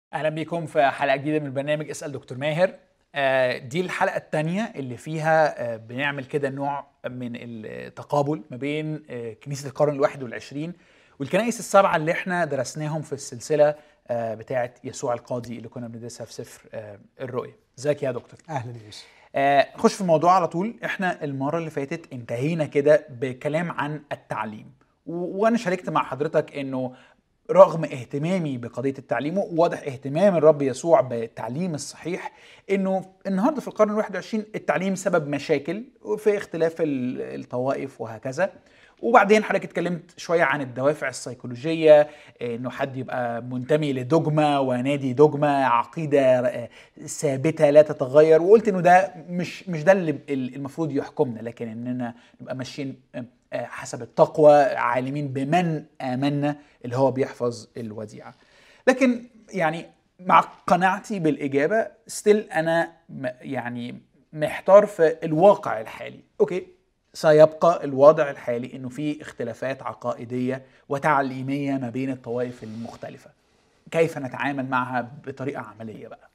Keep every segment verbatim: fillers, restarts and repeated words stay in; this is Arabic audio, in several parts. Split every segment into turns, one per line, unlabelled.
اهلا بيكم في حلقه جديده من برنامج اسال دكتور ماهر. آه، دي الحلقه الثانيه اللي فيها آه، بنعمل كده نوع من التقابل ما بين آه، كنيسه القرن الواحد والعشرين والكنائس السبعه اللي احنا درسناهم في السلسله آه، بتاعه يسوع القاضي اللي كنا بندرسها في سفر آه، الرؤيا. ازيك يا دكتور؟
اهلا يوسف.
آه، نخش في الموضوع على طول. احنا المره اللي فاتت انتهينا كده بكلام عن التعليم، و- وانا شاركت مع حضرتك انه رغم اهتمامي بقضية التعليم، واضح اهتمام الرب يسوع بالتعليم الصحيح، انه النهاردة في القرن الواحد والعشرين التعليم سبب مشاكل في اختلاف ال- الطوائف وهكذا. وبعدين حضرتك اتكلمت شوية عن الدوافع السيكولوجية، انه حد يبقى منتمي لدogma ونادي dogma، عقيدة آه، ثابتة لا تتغير، وقلت انه ده مش مش ده اللي المفروض يحكمنا، لكن اننا نبقى ماشيين آه، حسب التقوى، عالمين بمن آمنا اللي هو بيحفظ الوديعة. لكن يعني مع قناعتي بالإجابة ستيل أنا م- يعني محتار في الواقع الحالي. أوكي، سيبقى الوضع الحالي إنه في اختلافات عقائدية وتعليمية ما بين الطوائف المختلفة. كيف نتعامل معها بطريقة عملية بقى؟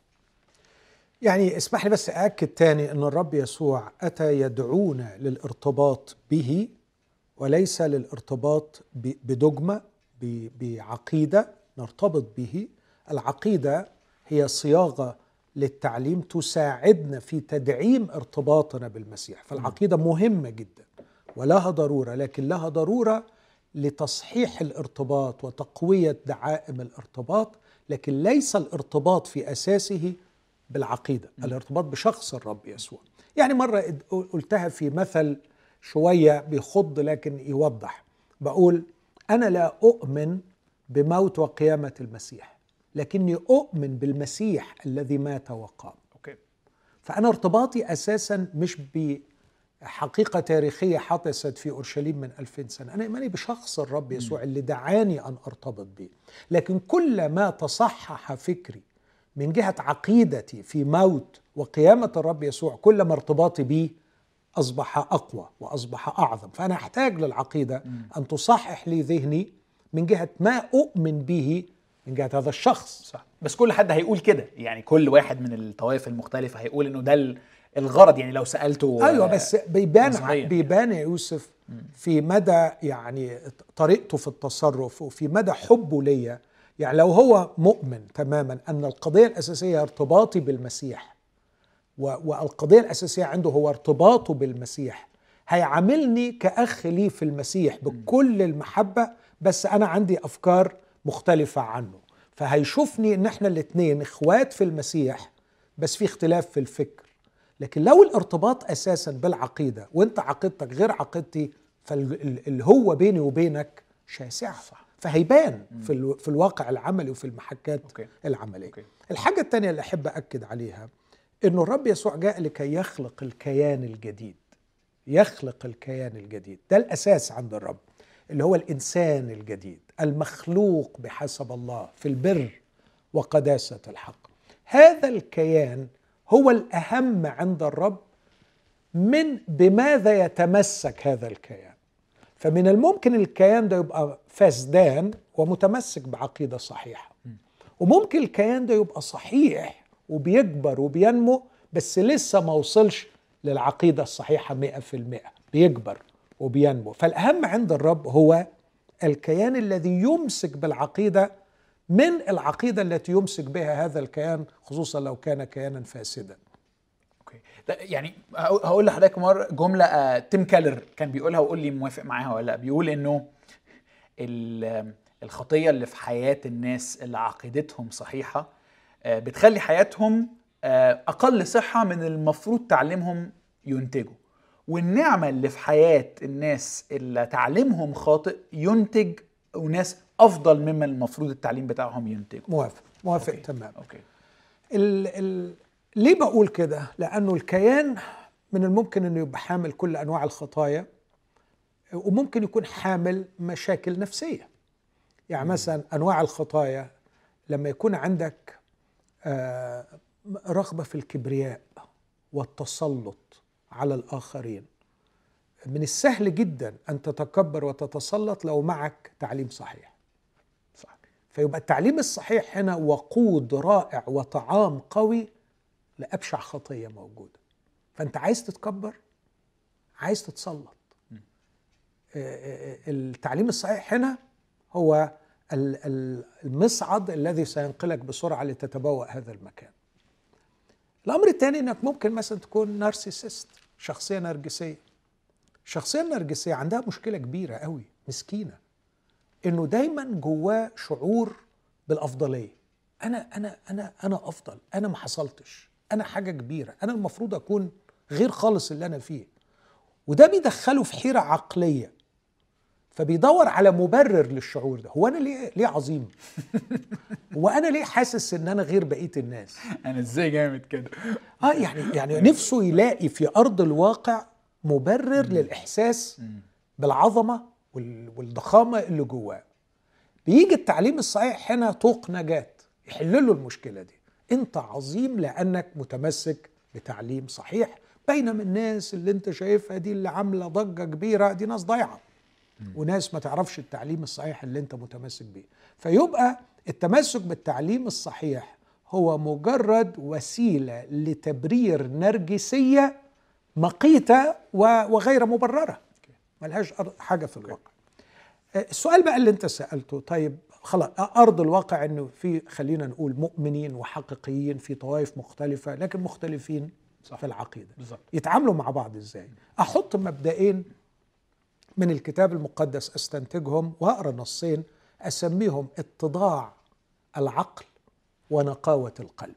يعني اسمح لي بس أأكد تاني أن الرب يسوع أتى يدعونا للارتباط به وليس للارتباط ب- بدogma، ب- بعقيدة نرتبط به. العقيدة هي صياغة للتعليم تساعدنا في تدعيم ارتباطنا بالمسيح، فالعقيدة مهمة جدا ولها ضرورة، لكن لها ضرورة لتصحيح الارتباط وتقوية دعائم الارتباط، لكن ليس الارتباط في أساسه بالعقيدة، الارتباط بشخص الرب يسوع. يعني مرة قلتها في مثل شوية بيخض لكن يوضح، بقول أنا لا أؤمن بموت وقيامة المسيح، لكني أؤمن بالمسيح الذي مات وقام.
أوكي.
فأنا ارتباطي أساسا مش بحقيقة تاريخية حدثت في أورشليم من ألفين سنة، أنا إيماني بشخص الرب يسوع اللي دعاني أن أرتبط به. لكن كل ما تصحح فكري من جهة عقيدتي في موت وقيامة الرب يسوع، كل ما ارتباطي به أصبح أقوى وأصبح أعظم. فأنا أحتاج للعقيدة أن تصحح لي ذهني من جهة ما أؤمن به من جهة هذا الشخص.
صح، بس كل حد هيقول كده، يعني كل واحد من الطوائف المختلفة هيقول انه ده ال- الغرض. يعني لو سألته
أيوة،
آه،
بس بيبان
نظريا
بيبان يا يوسف في مدى يعني طريقته في التصرف وفي مدى حبه ليا. يعني لو هو مؤمن تماما أن القضية الأساسية ارتباطي بالمسيح، و- والقضية الأساسية عنده هو ارتباطه بالمسيح، هيعاملني كأخ لي في المسيح بكل المحبة، بس أنا عندي أفكار مختلفة عنه، فهيشوفني إن إحنا الاتنين إخوات في المسيح بس في اختلاف في الفكر. لكن لو الارتباط أساسا بالعقيدة وإنت عقيدتك غير عقيدتي، فاللي هو بيني وبينك شاسعة،
صح.
فهيبان في, الو... في الواقع العملي وفي المحكات
أوكي.
العملية.
أوكي.
الحاجة التانية اللي أحب أكد عليها إنه الرب يسوع جاء لكي يخلق الكيان الجديد، يخلق الكيان الجديد، ده الأساس عند الرب، اللي هو الإنسان الجديد المخلوق بحسب الله في البر وقداسة الحق. هذا الكيان هو الأهم عند الرب من بماذا يتمسك هذا الكيان. فمن الممكن الكيان ده يبقى فاسدان ومتمسك بعقيدة صحيحة، وممكن الكيان ده يبقى صحيح وبيكبر وبينمو بس لسه ما وصلش للعقيدة الصحيحة مئة في المئة، بيكبر وبينمو. فالأهم عند الرب هو الكيان الذي يمسك بالعقيدة من العقيدة التي يمسك بها هذا الكيان، خصوصا لو كان كيانا فاسدا.
اوكي، لا يعني هقول هقول لحضرتك مره جمله آه، تيم كالر كان بيقولها وقول لي موافق معاها ولا لا. بيقول انه ال- الخطيه اللي في حياه الناس اللي عقيدتهم صحيحه آه، بتخلي حياتهم آه، اقل صحه من المفروض تعليمهم ينتجوا، والنعمه اللي في حياه الناس اللي تعليمهم خاطئ ينتج وناس افضل مما المفروض التعليم بتاعهم ينتجوا.
موافق موافق
اوكي.
تمام.
اوكي.
ال ال ليه بقول كده؟ لأنه الكيان من الممكن أنه يبقى حامل كل أنواع الخطايا، وممكن يكون حامل مشاكل نفسية. يعني مثلا أنواع الخطايا لما يكون عندك آه، رغبة في الكبرياء والتسلط على الآخرين، من السهل جدا أن تتكبر وتتسلط لو معك تعليم صحيح.
صح.
فيبقى التعليم الصحيح هنا وقود رائع وطعام قوي لأبشع خطية موجودة. فأنت عايز تتكبر، عايز تتسلط. التعليم الصحيح هنا هو المصعد الذي سينقلك بسرعة لتتبوأ هذا المكان. الأمر الثاني أنك ممكن مثلا تكون نارسيسيست، شخصية نرجسية. الشخصية النرجسية عندها مشكلة كبيرة قوي، مسكينة، إنه دايما جواه شعور بالأفضلية. أنا أنا أنا أنا أفضل، أنا ما حصلتش، أنا حاجة كبيرة، أنا المفروض أكون غير خالص اللي أنا فيه. وده بيدخله في حيرة عقلية، فبيدور على مبرر للشعور ده. هو أنا ليه ليه عظيم؟ هو أنا ليه حاسس إن أنا غير بقية الناس؟
أنا إزاي جامد كده؟
آه يعني يعني نفسه يلاقي في أرض الواقع مبرر للإحساس بالعظمة والضخامة اللي جواه. بيجي التعليم الصحيح هنا طوق نجاة يحل له المشكلة دي. أنت عظيم لأنك متمسك بتعليم صحيح، بينما الناس اللي أنت شايفها دي اللي عاملة ضجة كبيرة دي ناس ضايعة، وناس ما تعرفش التعليم الصحيح اللي أنت متمسك بيه. فيبقى التمسك بالتعليم الصحيح هو مجرد وسيلة لتبرير نرجسية مقيتة وغير مبررة، ملهاش حاجة في الواقع. السؤال بقى اللي انت سألته، طيب خلاص أرض الواقع أنه في، خلينا نقول، مؤمنين وحقيقيين في طوائف مختلفة لكن مختلفين صح في العقيدة. بالزبط. يتعاملوا مع بعض إزاي؟ أحط مبدئين من الكتاب المقدس أستنتجهم وأقرأ نصين أسميهم اتضاع العقل ونقاوة القلب.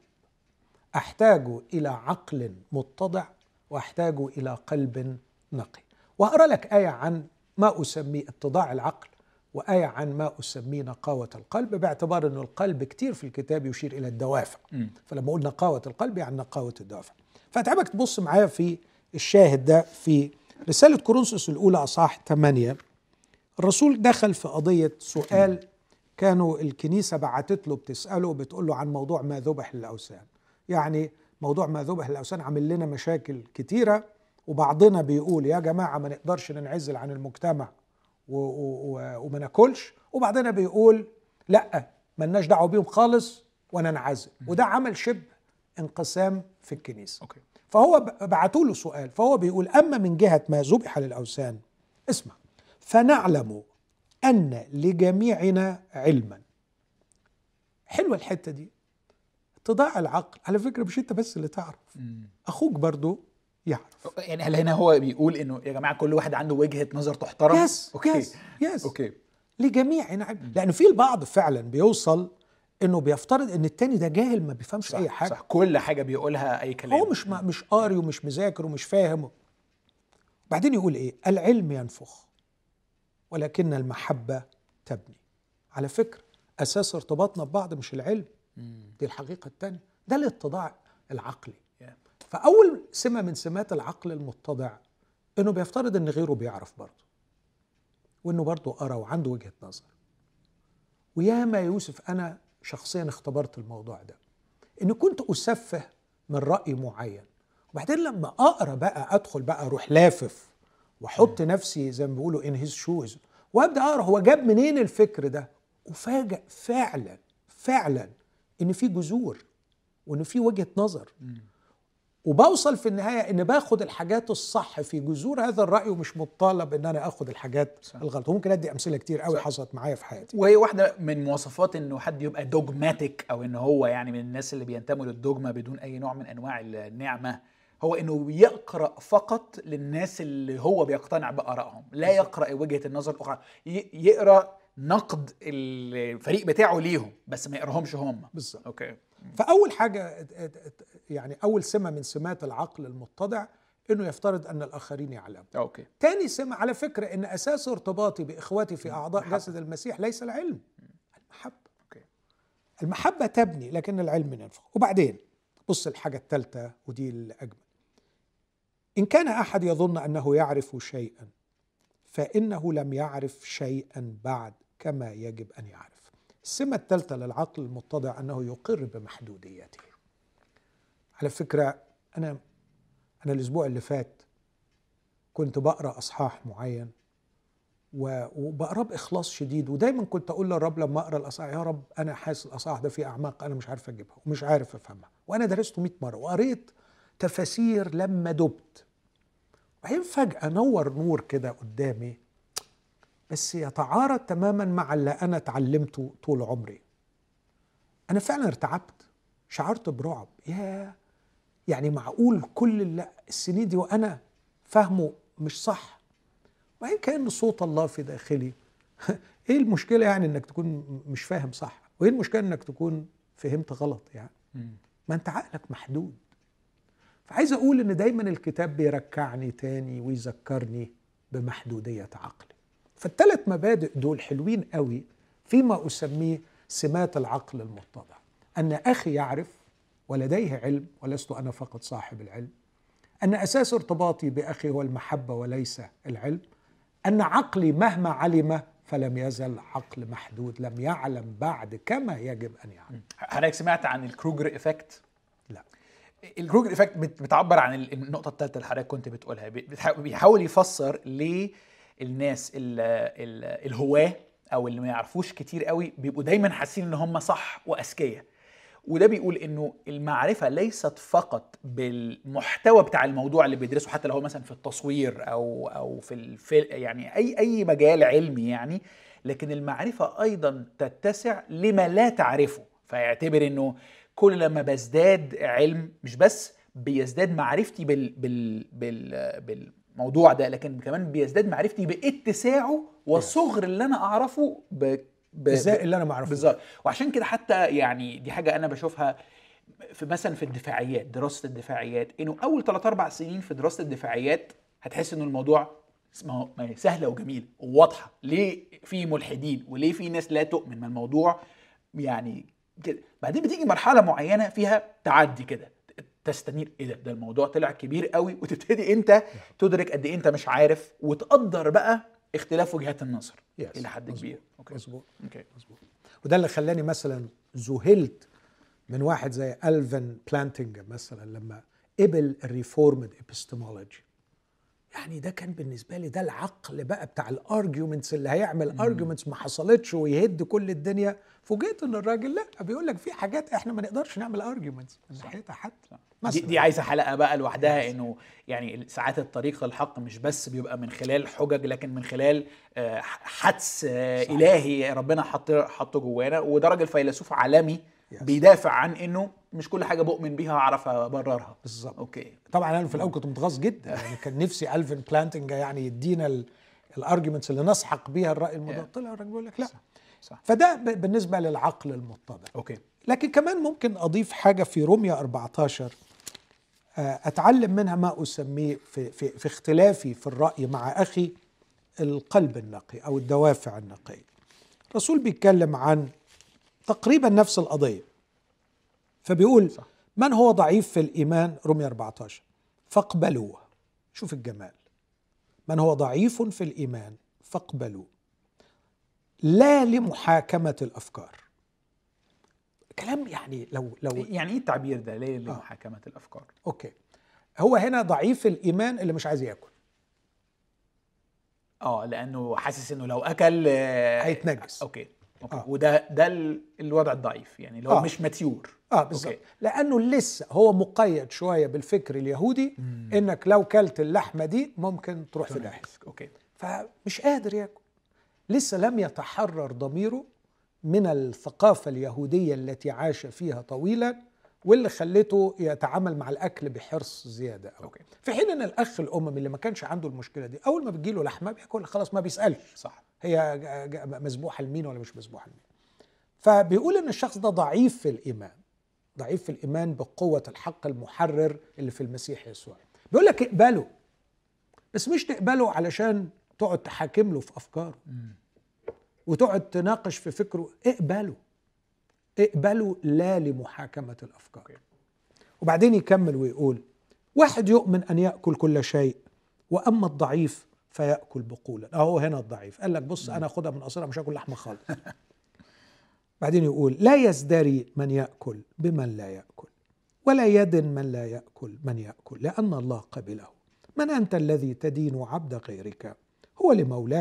أحتاج إلى عقل متضع وأحتاج إلى قلب نقي. وأقرأ لك آية عن ما أسميه اتضاع العقل، وآية عن ما أسميه نقاوة القلب، باعتبار أن القلب كتير في الكتاب يشير إلى الدوافع. م. فلما أقول نقاوة القلب يعني نقاوة الدوافع. فأتعبك تبص معايا في الشاهد ده في رسالة كورنثوس الأولى أصحاح ثمانية. الرسول دخل في قضية سؤال كانوا الكنيسة بعتت له بتسأله بتقول له عن موضوع ما ذبح للأوثان. يعني موضوع ما ذبح للأوثان عمل لنا مشاكل كتيرة، وبعضنا بيقول يا جماعة ما نقدرش ننعزل عن المجتمع وما ناكلش، وبعضنا بيقول لا ما لناش دعوة بيهم خالص وانا نعزل. وده عمل شبه انقسام في الكنيسة. أوكي. فهو بعتوا له سؤال، فهو بيقول أما من جهة ما ذبح للأوثان، اسمع، فنعلم أن لجميعنا علما. حلوة الحتة دي، اتضاع العقل. على فكرة مش انت بس اللي تعرف، أخوك برضو يعرف.
يعني هل هنا هو بيقول إنه يا جماعة كل واحد عنده وجهة نظر تحترم؟
يس أوكي. يس يس
أوكي.
لجميعنا علم. لأنه في البعض فعلا بيوصل إنه بيفترض إن التاني ده جاهل ما بيفهمش أي حاجة.
صح، كل حاجة بيقولها أي كلام،
هو مش مش قاري ومش مذاكر ومش فاهم. بعدين يقول إيه؟ العلم ينفخ ولكن المحبة تبني. على فكرة أساس ارتباطنا ببعض مش العلم، دي الحقيقة التانية، ده الاتضاع العقلي. فأول سمة من سمات العقل المتضع إنه بيفترض إن غيره بيعرف برضه، وإنه برضه قرأ وعنده وجهة نظر. وياما يوسف أنا شخصيا اختبرت الموضوع ده، إني كنت أسفه من رأي معين، وبعدين لما أقرأ بقى أدخل بقى أروح لافف وأحط نفسي زي ما بيقولوا in his shoes، وأبدأ أقرأ هو جاب منين الفكر ده، وفاجأ فعلا فعلا إن في جذور وإن في وجهة نظر. وبوصل في النهاية إن باخد الحاجات الصح في جذور هذا الرأي، ومش مطالب إن أنا أخد الحاجات صح. الغلط. وممكن أدي أمثلة كتير قوي حصلت معايا في حياتي.
وهي واحدة من مواصفات إنه حد يبقى دوجماتيك، أو إنه هو يعني من الناس اللي بينتموا للدوجما بدون أي نوع من أنواع النعمة، هو إنه يقرأ فقط للناس اللي هو بيقتنع بآرائهم، لا يقرأ وجهة النظر الأخرى. يقرأ نقد الفريق بتاعه ليهم بس ما يقراهمش هم.
بالظبط.
أوكي.
فأول حاجة يعني أول سمة من سمات العقل المتضع إنه يفترض أن الآخرين يعلموا.
أوكي.
تاني سمة على فكرة إن أساس ارتباطي بإخواتي في أعضاء محبة. جسد المسيح ليس العلم، المحبة. أوكي. المحبة تبني لكن العلم ينفخ. وبعدين بص الحاجة الثالثة ودي الأجمل، إن كان أحد يظن أنه يعرف شيئا فإنه لم يعرف شيئا بعد كما يجب أن يعرف. السمة الثالثة للعقل المتضع أنه يقر بمحدوديته. على فكرة أنا أنا الأسبوع اللي فات كنت بقرأ أصحاح معين، وبقراه باخلاص شديد. ودايما كنت اقول للرب لما اقرا الاصحاح، يا رب انا حاسس الاصحاح ده فيه اعماق انا مش عارف اجيبها ومش عارف افهمها، وانا درسته مئة مره وقريت تفاسير لما دبت، وبعدين فجاه نور نور كده قدامي بس يتعارض تماما مع اللي انا اتعلمته طول عمري. انا فعلا ارتعبت، شعرت برعب. يا يعني معقول كل السنين دي وانا فهمه مش صح؟ وبعدين كأن صوت الله في داخلي ايه المشكلة يعني انك تكون مش فاهم صح؟ وايه المشكلة انك تكون فهمت غلط؟ يعني ما انت عقلك محدود. فعايز اقول ان دايما الكتاب بيركعني تاني ويذكرني بمحدودية عقلي. فالثلاث مبادئ دول حلوين قوي فيما اسميه سمات العقل المتضع. ان اخي يعرف ولديه علم ولست انا فقط صاحب العلم، ان اساس ارتباطي باخي هو المحبة وليس العلم، أن عقلي مهما علم فلم يزل عقل محدود، لم يعلم بعد كما يجب أن يعلم.
حضرتك سمعت عن الكروجر إفكت؟
لا.
الكروجر إفكت بتعبر عن النقطة الثالثة اللي حضرتك كنت بتقولها، بيحاول يفسر ليه الناس الهواة أو اللي ما يعرفوش كتير قوي بيبقوا دايما حاسين إن هم صح وأذكياء. وده بيقول انه المعرفة ليست فقط بالمحتوى بتاع الموضوع اللي بيدرسه، حتى لو هو مثلا في التصوير او او في الفيلم، يعني اي اي مجال علمي يعني، لكن المعرفة ايضا تتسع لما لا تعرفه. فيعتبر انه كل لما بزداد علم مش بس بيزداد معرفتي بال بال بال بالموضوع ده، لكن كمان بيزداد معرفتي باتساعه وصغر اللي انا اعرفه ب
ازاي اللي انا ما اعرفوش.
بالظبط. وعشان كده حتى يعني دي حاجه انا بشوفها في مثلا في الدفاعيات، دراسه الدفاعيات، انه اول ثلاثة أربعة سنين في دراسه الدفاعيات هتحس انه الموضوع سهله وجميله وواضحه. ليه في ملحدين وليه في ناس لا تؤمن؟ ما الموضوع يعني كده. بعدين بتيجي مرحله معينه فيها تعدي كده، تستنير ايه ده ده الموضوع طلع كبير قوي، وتبتدي انت تدرك قد ايه انت مش عارف، وتقدر بقى اختلاف وجهات النظر
yes.
الى حد
مزبوط.
كبير.
اوكي مظبوط
اوكي
مظبوط. وده اللي خلاني مثلا ذهلت من واحد زي ألفن بلانتينجر مثلا لما قبل الريفورمد ابستمولوجي. يعني ده كان بالنسبه لي ده العقل بقى بتاع الارجيومنتس اللي هيعمل ارجيومنتس ما حصلتش ويهد كل الدنيا. فوجئت ان الراجل لا بيقول لك في حاجات احنا ما نقدرش نعمل ارجيومنتس من ناحيتها حتى.
دي, دي عايزه حلقه بقى لوحدها، انه يعني ساعات الطريق للحق مش بس بيبقى من خلال حجج، لكن من خلال حدس الهي ربنا حط حطه جوانا. وده راجل فيلسوف عالمي بيدافع عن انه مش كل حاجه بؤمن بيها اعرف ابررها.
بالظبط.
اوكي.
طبعا انا في الاول كنت متغاظ جدا، يعني كان نفسي ألفن بلانتينجر يعني يدينا الارجيومنتس اللي نسحق بيها الراي المضاد. طلع الراجل بيقول لك لا. صح. صح. فده بالنسبه للعقل المتضع.
اوكي.
لكن كمان ممكن اضيف حاجه في رومية أربعة عشر اتعلم منها ما اسميه في في في اختلافي في الراي مع اخي القلب النقي او الدوافع النقيه. الرسول بيتكلم عن تقريبا نفس القضيه، فبيقول صح. من هو ضعيف في الإيمان، رومية أربعة عشر، فاقبلوه. شوف الجمال، من هو ضعيف في الإيمان فاقبلوه لا لمحاكمة الأفكار. كلام يعني لو لو
يعني ايه التعبير ده ليه لمحاكمة آه. الأفكار؟
أوكي، هو هنا ضعيف الإيمان اللي مش عايز يأكل.
اه لأنه حاسس إنه لو أكل آه
هيتنجس.
أوكي. أوكي. آه. وده ده الوضع الضعيف، يعني اللي هو آه. مش ماتيور.
اه بالظبط. لانه لسه هو مقيد شويه بالفكر اليهودي. مم. انك لو كلت اللحمه دي ممكن تروح في داهيه.
اوكي.
فمش قادر ياكل، لسه لم يتحرر ضميره من الثقافه اليهوديه التي عاش فيها طويلا، واللي خلته يتعامل مع الاكل بحرص زياده قوي. أوكي. في حين ان الاخ الاممي اللي ما كانش عنده المشكله دي اول ما بتجيله لحمه بياكل خلاص، ما بيسالش
صح
هي مذبوحه لمين ولا مش مذبوحه لمين. فبيقول ان الشخص ده ضعيف في الايمان، ضعيف في الإيمان بقوة الحق المحرر اللي في المسيح يسوع. بيقول لك اقبله، بس مش تقبله علشان تقعد تحاكم له في أفكاره وتقعد تناقش في فكره. اقبله اقبله لا لمحاكمة الأفكار. وبعدين يكمل ويقول واحد يؤمن أن يأكل كل شيء وأما الضعيف فيأكل بقولا. أهو هنا الضعيف قال لك بص أنا أخدها من قصيرها مش هاكل لحمة خالص. بعدين يقول لا يزدري من يأكل بمن لا يأكل ولا يدن من لا يأكل من يأكل لأن الله قبله. من أنت الذي تدين عبد غيرك؟ هو لمولاه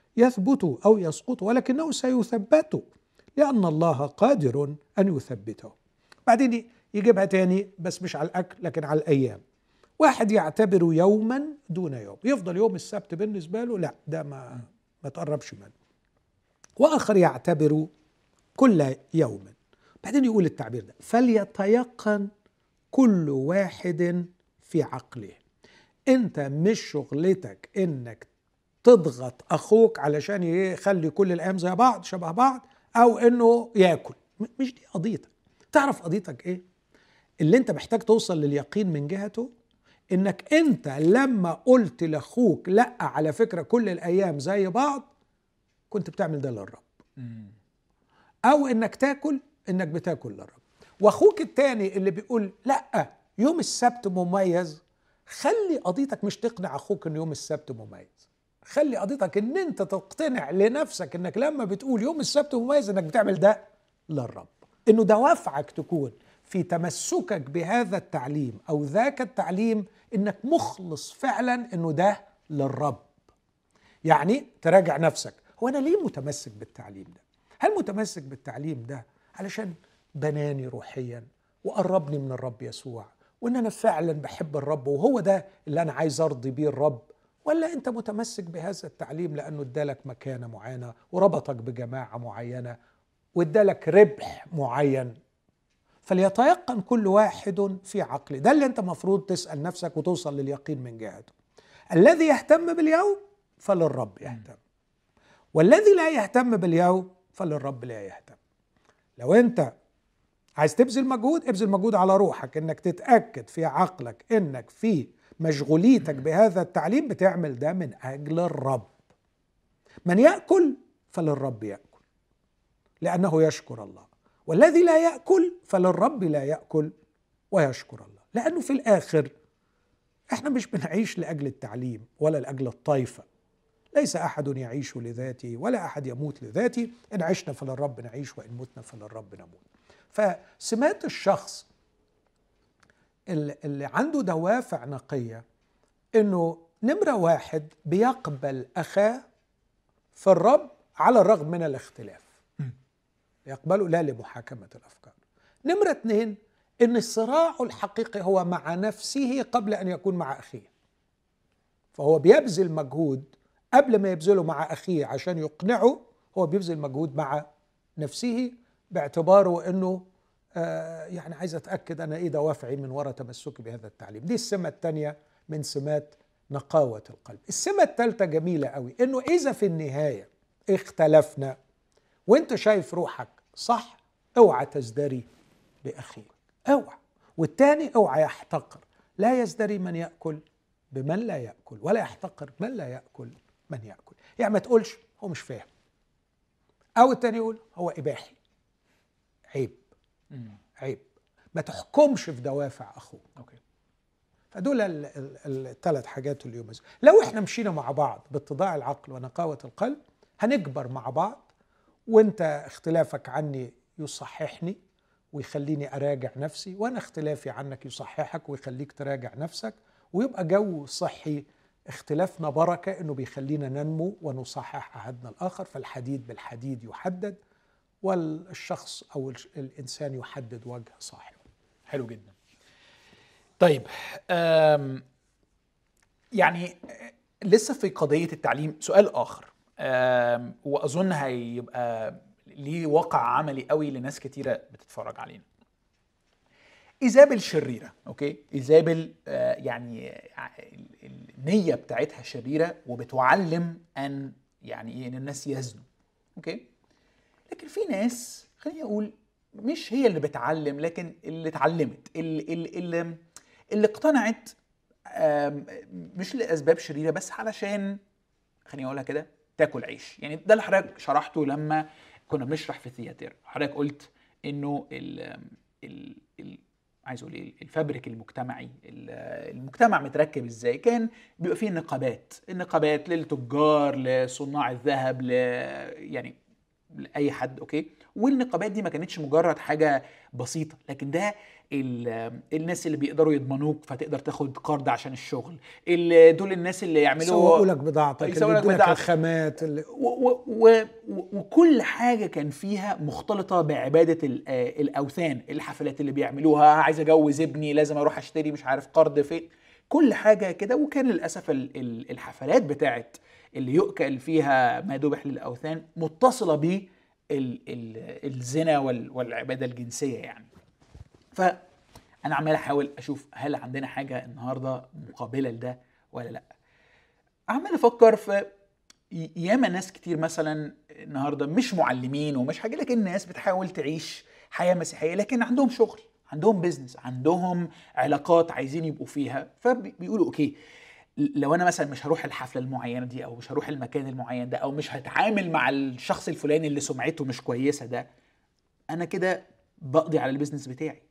يثبت أو يسقط، ولكنه سيثبت لأن الله قادر أن يثبته. بعدين يجيبها تاني بس مش على الأكل لكن على الأيام. واحد يعتبر يوما دون يوم، يفضل يوم السبت بالنسبة له لا ده ما ما تقربش منه. وآخر يعتبر كل يوم. بعدين يقول التعبير ده: فليتيقن كل واحد في عقله. انت مش شغلتك انك تضغط اخوك علشان يخلي كل الايام زي بعض شبه بعض، او انه ياكل. مش دي قضيتك. تعرف قضيتك ايه؟ اللي انت محتاج توصل لليقين من جهته انك انت لما قلت لاخوك لا على فكرة كل الايام زي بعض، كنت بتعمل ده للرب. او انك تاكل انك بتاكل للرب. واخوك التاني اللي بيقول لا يوم السبت مميز، خلي قضيتك مش تقنع اخوك ان يوم السبت مميز، خلي قضيتك ان انت تقتنع لنفسك انك لما بتقول يوم السبت مميز انك بتعمل ده للرب، انه دوافعك تكون في تمسكك بهذا التعليم او ذاك التعليم انك مخلص فعلا انه ده للرب. يعني تراجع نفسك، هو انا ليه متمسك بالتعليم ده؟ هل متمسك بالتعليم ده علشان بناني روحيا وقربني من الرب يسوع وان انا فعلا بحب الرب وهو ده اللي انا عايز ارضي بيه الرب، ولا انت متمسك بهذا التعليم لانه ادالك مكانه معينه وربطك بجماعه معينه وادالك ربح معين؟ فليتيقن كل واحد في عقله. ده اللي انت مفروض تسال نفسك وتوصل لليقين من جهته. الذي يهتم باليوم فللرب يهتم، والذي لا يهتم باليوم فللرب لا يهتم. لو انت عايز تبذل مجهود، ابذل مجهود على روحك انك تتأكد في عقلك انك في مشغوليتك بهذا التعليم بتعمل ده من اجل الرب. من يأكل فللرب يأكل لأنه يشكر الله، والذي لا يأكل فللرب لا يأكل ويشكر الله. لأنه في الآخر احنا مش بنعيش لأجل التعليم ولا لأجل الطائفة. ليس أحد يعيش لذاته ولا أحد يموت لذاته، إن عشنا فللرب نعيش وإن متنا فللرب نموت. فسمات الشخص اللي عنده دوافع نقية إنه نمرة واحد بيقبل أخاه في الرب على الرغم من الاختلاف، يقبله لا لمحاكمة الأفكار. نمرة اثنين إن الصراع الحقيقي هو مع نفسه قبل أن يكون مع أخيه، فهو بيبذل مجهود قبل ما يبذله مع أخيه عشان يقنعه، هو بيبذل مجهود مع نفسه باعتباره أنه آه يعني عايز أتأكد أنا إيه دوافعي من وراء تمسكي بهذا التعليم. دي السمة الثانية من سمات نقاوة القلب. السمة الثالثة جميلة قوي، أنه إذا في النهاية اختلفنا وانت شايف روحك صح، اوعى تزدري بأخيك، اوعى. والتاني اوعى يحتقر. لا يزدري من يأكل بمن لا يأكل، ولا يحتقر من لا يأكل من يأكل. يعني ما تقولش هو مش فاهم، او التاني يقول هو إباحي. عيب عيب. ما تحكمش في دوافع أخوك. أوكي. فدول الثلاث حاجات اللي يميزوا. لو احنا مشينا مع بعض باتضاع العقل ونقاوة القلب هنكبر مع بعض، وانت اختلافك عني يصححني ويخليني أراجع نفسي، وانا اختلافي عنك يصححك ويخليك تراجع نفسك، ويبقى جو صحي. اختلافنا بركة انه بيخلينا ننمو ونصحح أحدنا الآخر. فالحديد بالحديد يحدد، والشخص أو الإنسان يحدد وجه صاحبه.
حلو جدا. طيب يعني لسه في قضية التعليم سؤال آخر، وأظن هيبقى ليه واقع عملي قوي لناس كتيرة بتتفرج علينا. إيزابل شريرة، أوكي؟ إيزابل آه يعني النية بتاعتها شريرة وبتعلم أن يعني إيه إن الناس يزنوا، أوكي؟ لكن في ناس خليني أقول مش هي اللي بتعلم، لكن اللي اتعلمت، اللي اللي, اللي اقتنعت مش لأسباب شريرة بس علشان خليني أقولها كده تاكل عيش. يعني ده اللي حضرتك شرحته لما كنا بنشرح في الثياتر. حضرتك قلت إنه ال ال ال عايز اقول ايه الفابريك المجتمعي، المجتمع متركب ازاي. كان بيبقى فيه نقابات، النقابات للتجار، لصناع الذهب، ل يعني لاي حد، اوكي. والنقابات دي ما كانتش مجرد حاجه بسيطه، لكن ده الناس اللي بيقدروا يضمنوك فتقدر تاخد قرض عشان الشغل، اللي دول الناس اللي يعملوا
يسوقوا لك بضاعتك،
يسوقوا
اللي
لك
يدوا لك
بضاعتك.
الخامات اللي...
و و و وكل حاجه كان فيها مختلطه بعباده الاوثان، الحفلات اللي بيعملوها، عايز اجوز ابني لازم اروح اشتري مش عارف قرض فين، كل حاجه كده. وكان للاسف الحفلات بتاعت اللي يؤكل فيها ما ذبح للاوثان متصله ب الزنا والعباده الجنسيه يعني. فانا عمال احاول اشوف هل عندنا حاجه النهارده مقابله لده ولا لا. عمال افكر في ياما ناس كتير مثلا النهارده مش معلمين ومش حاجه، لكن ناس بتحاول تعيش حياه مسيحيه، لكن عندهم شغل، عندهم بيزنس، عندهم علاقات عايزين يبقوا فيها، فبيقولوا اوكي لو انا مثلا مش هروح الحفله المعينه دي، او مش هروح المكان المعين ده، او مش هتعامل مع الشخص الفلاني اللي سمعته مش كويسه ده، انا كده بقضي على البيزنس بتاعي.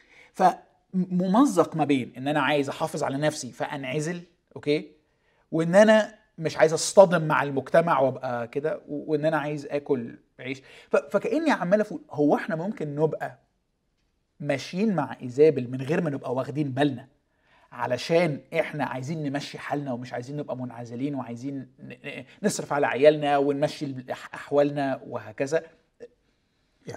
فممزق ما بين ان انا عايز احافظ على نفسي فانعزل، اوكي، وان انا مش عايز اصطدم مع المجتمع وابقى كده، وان انا عايز اكل عيش. فكاني عمال اقول هو احنا ممكن نبقى ماشيين مع ايزابل من غير ما نبقى واخدين بالنا، علشان احنا عايزين نمشي حالنا ومش عايزين نبقى منعزلين، وعايزين نصرف على عيالنا ونمشي احوالنا وهكذا.
yeah.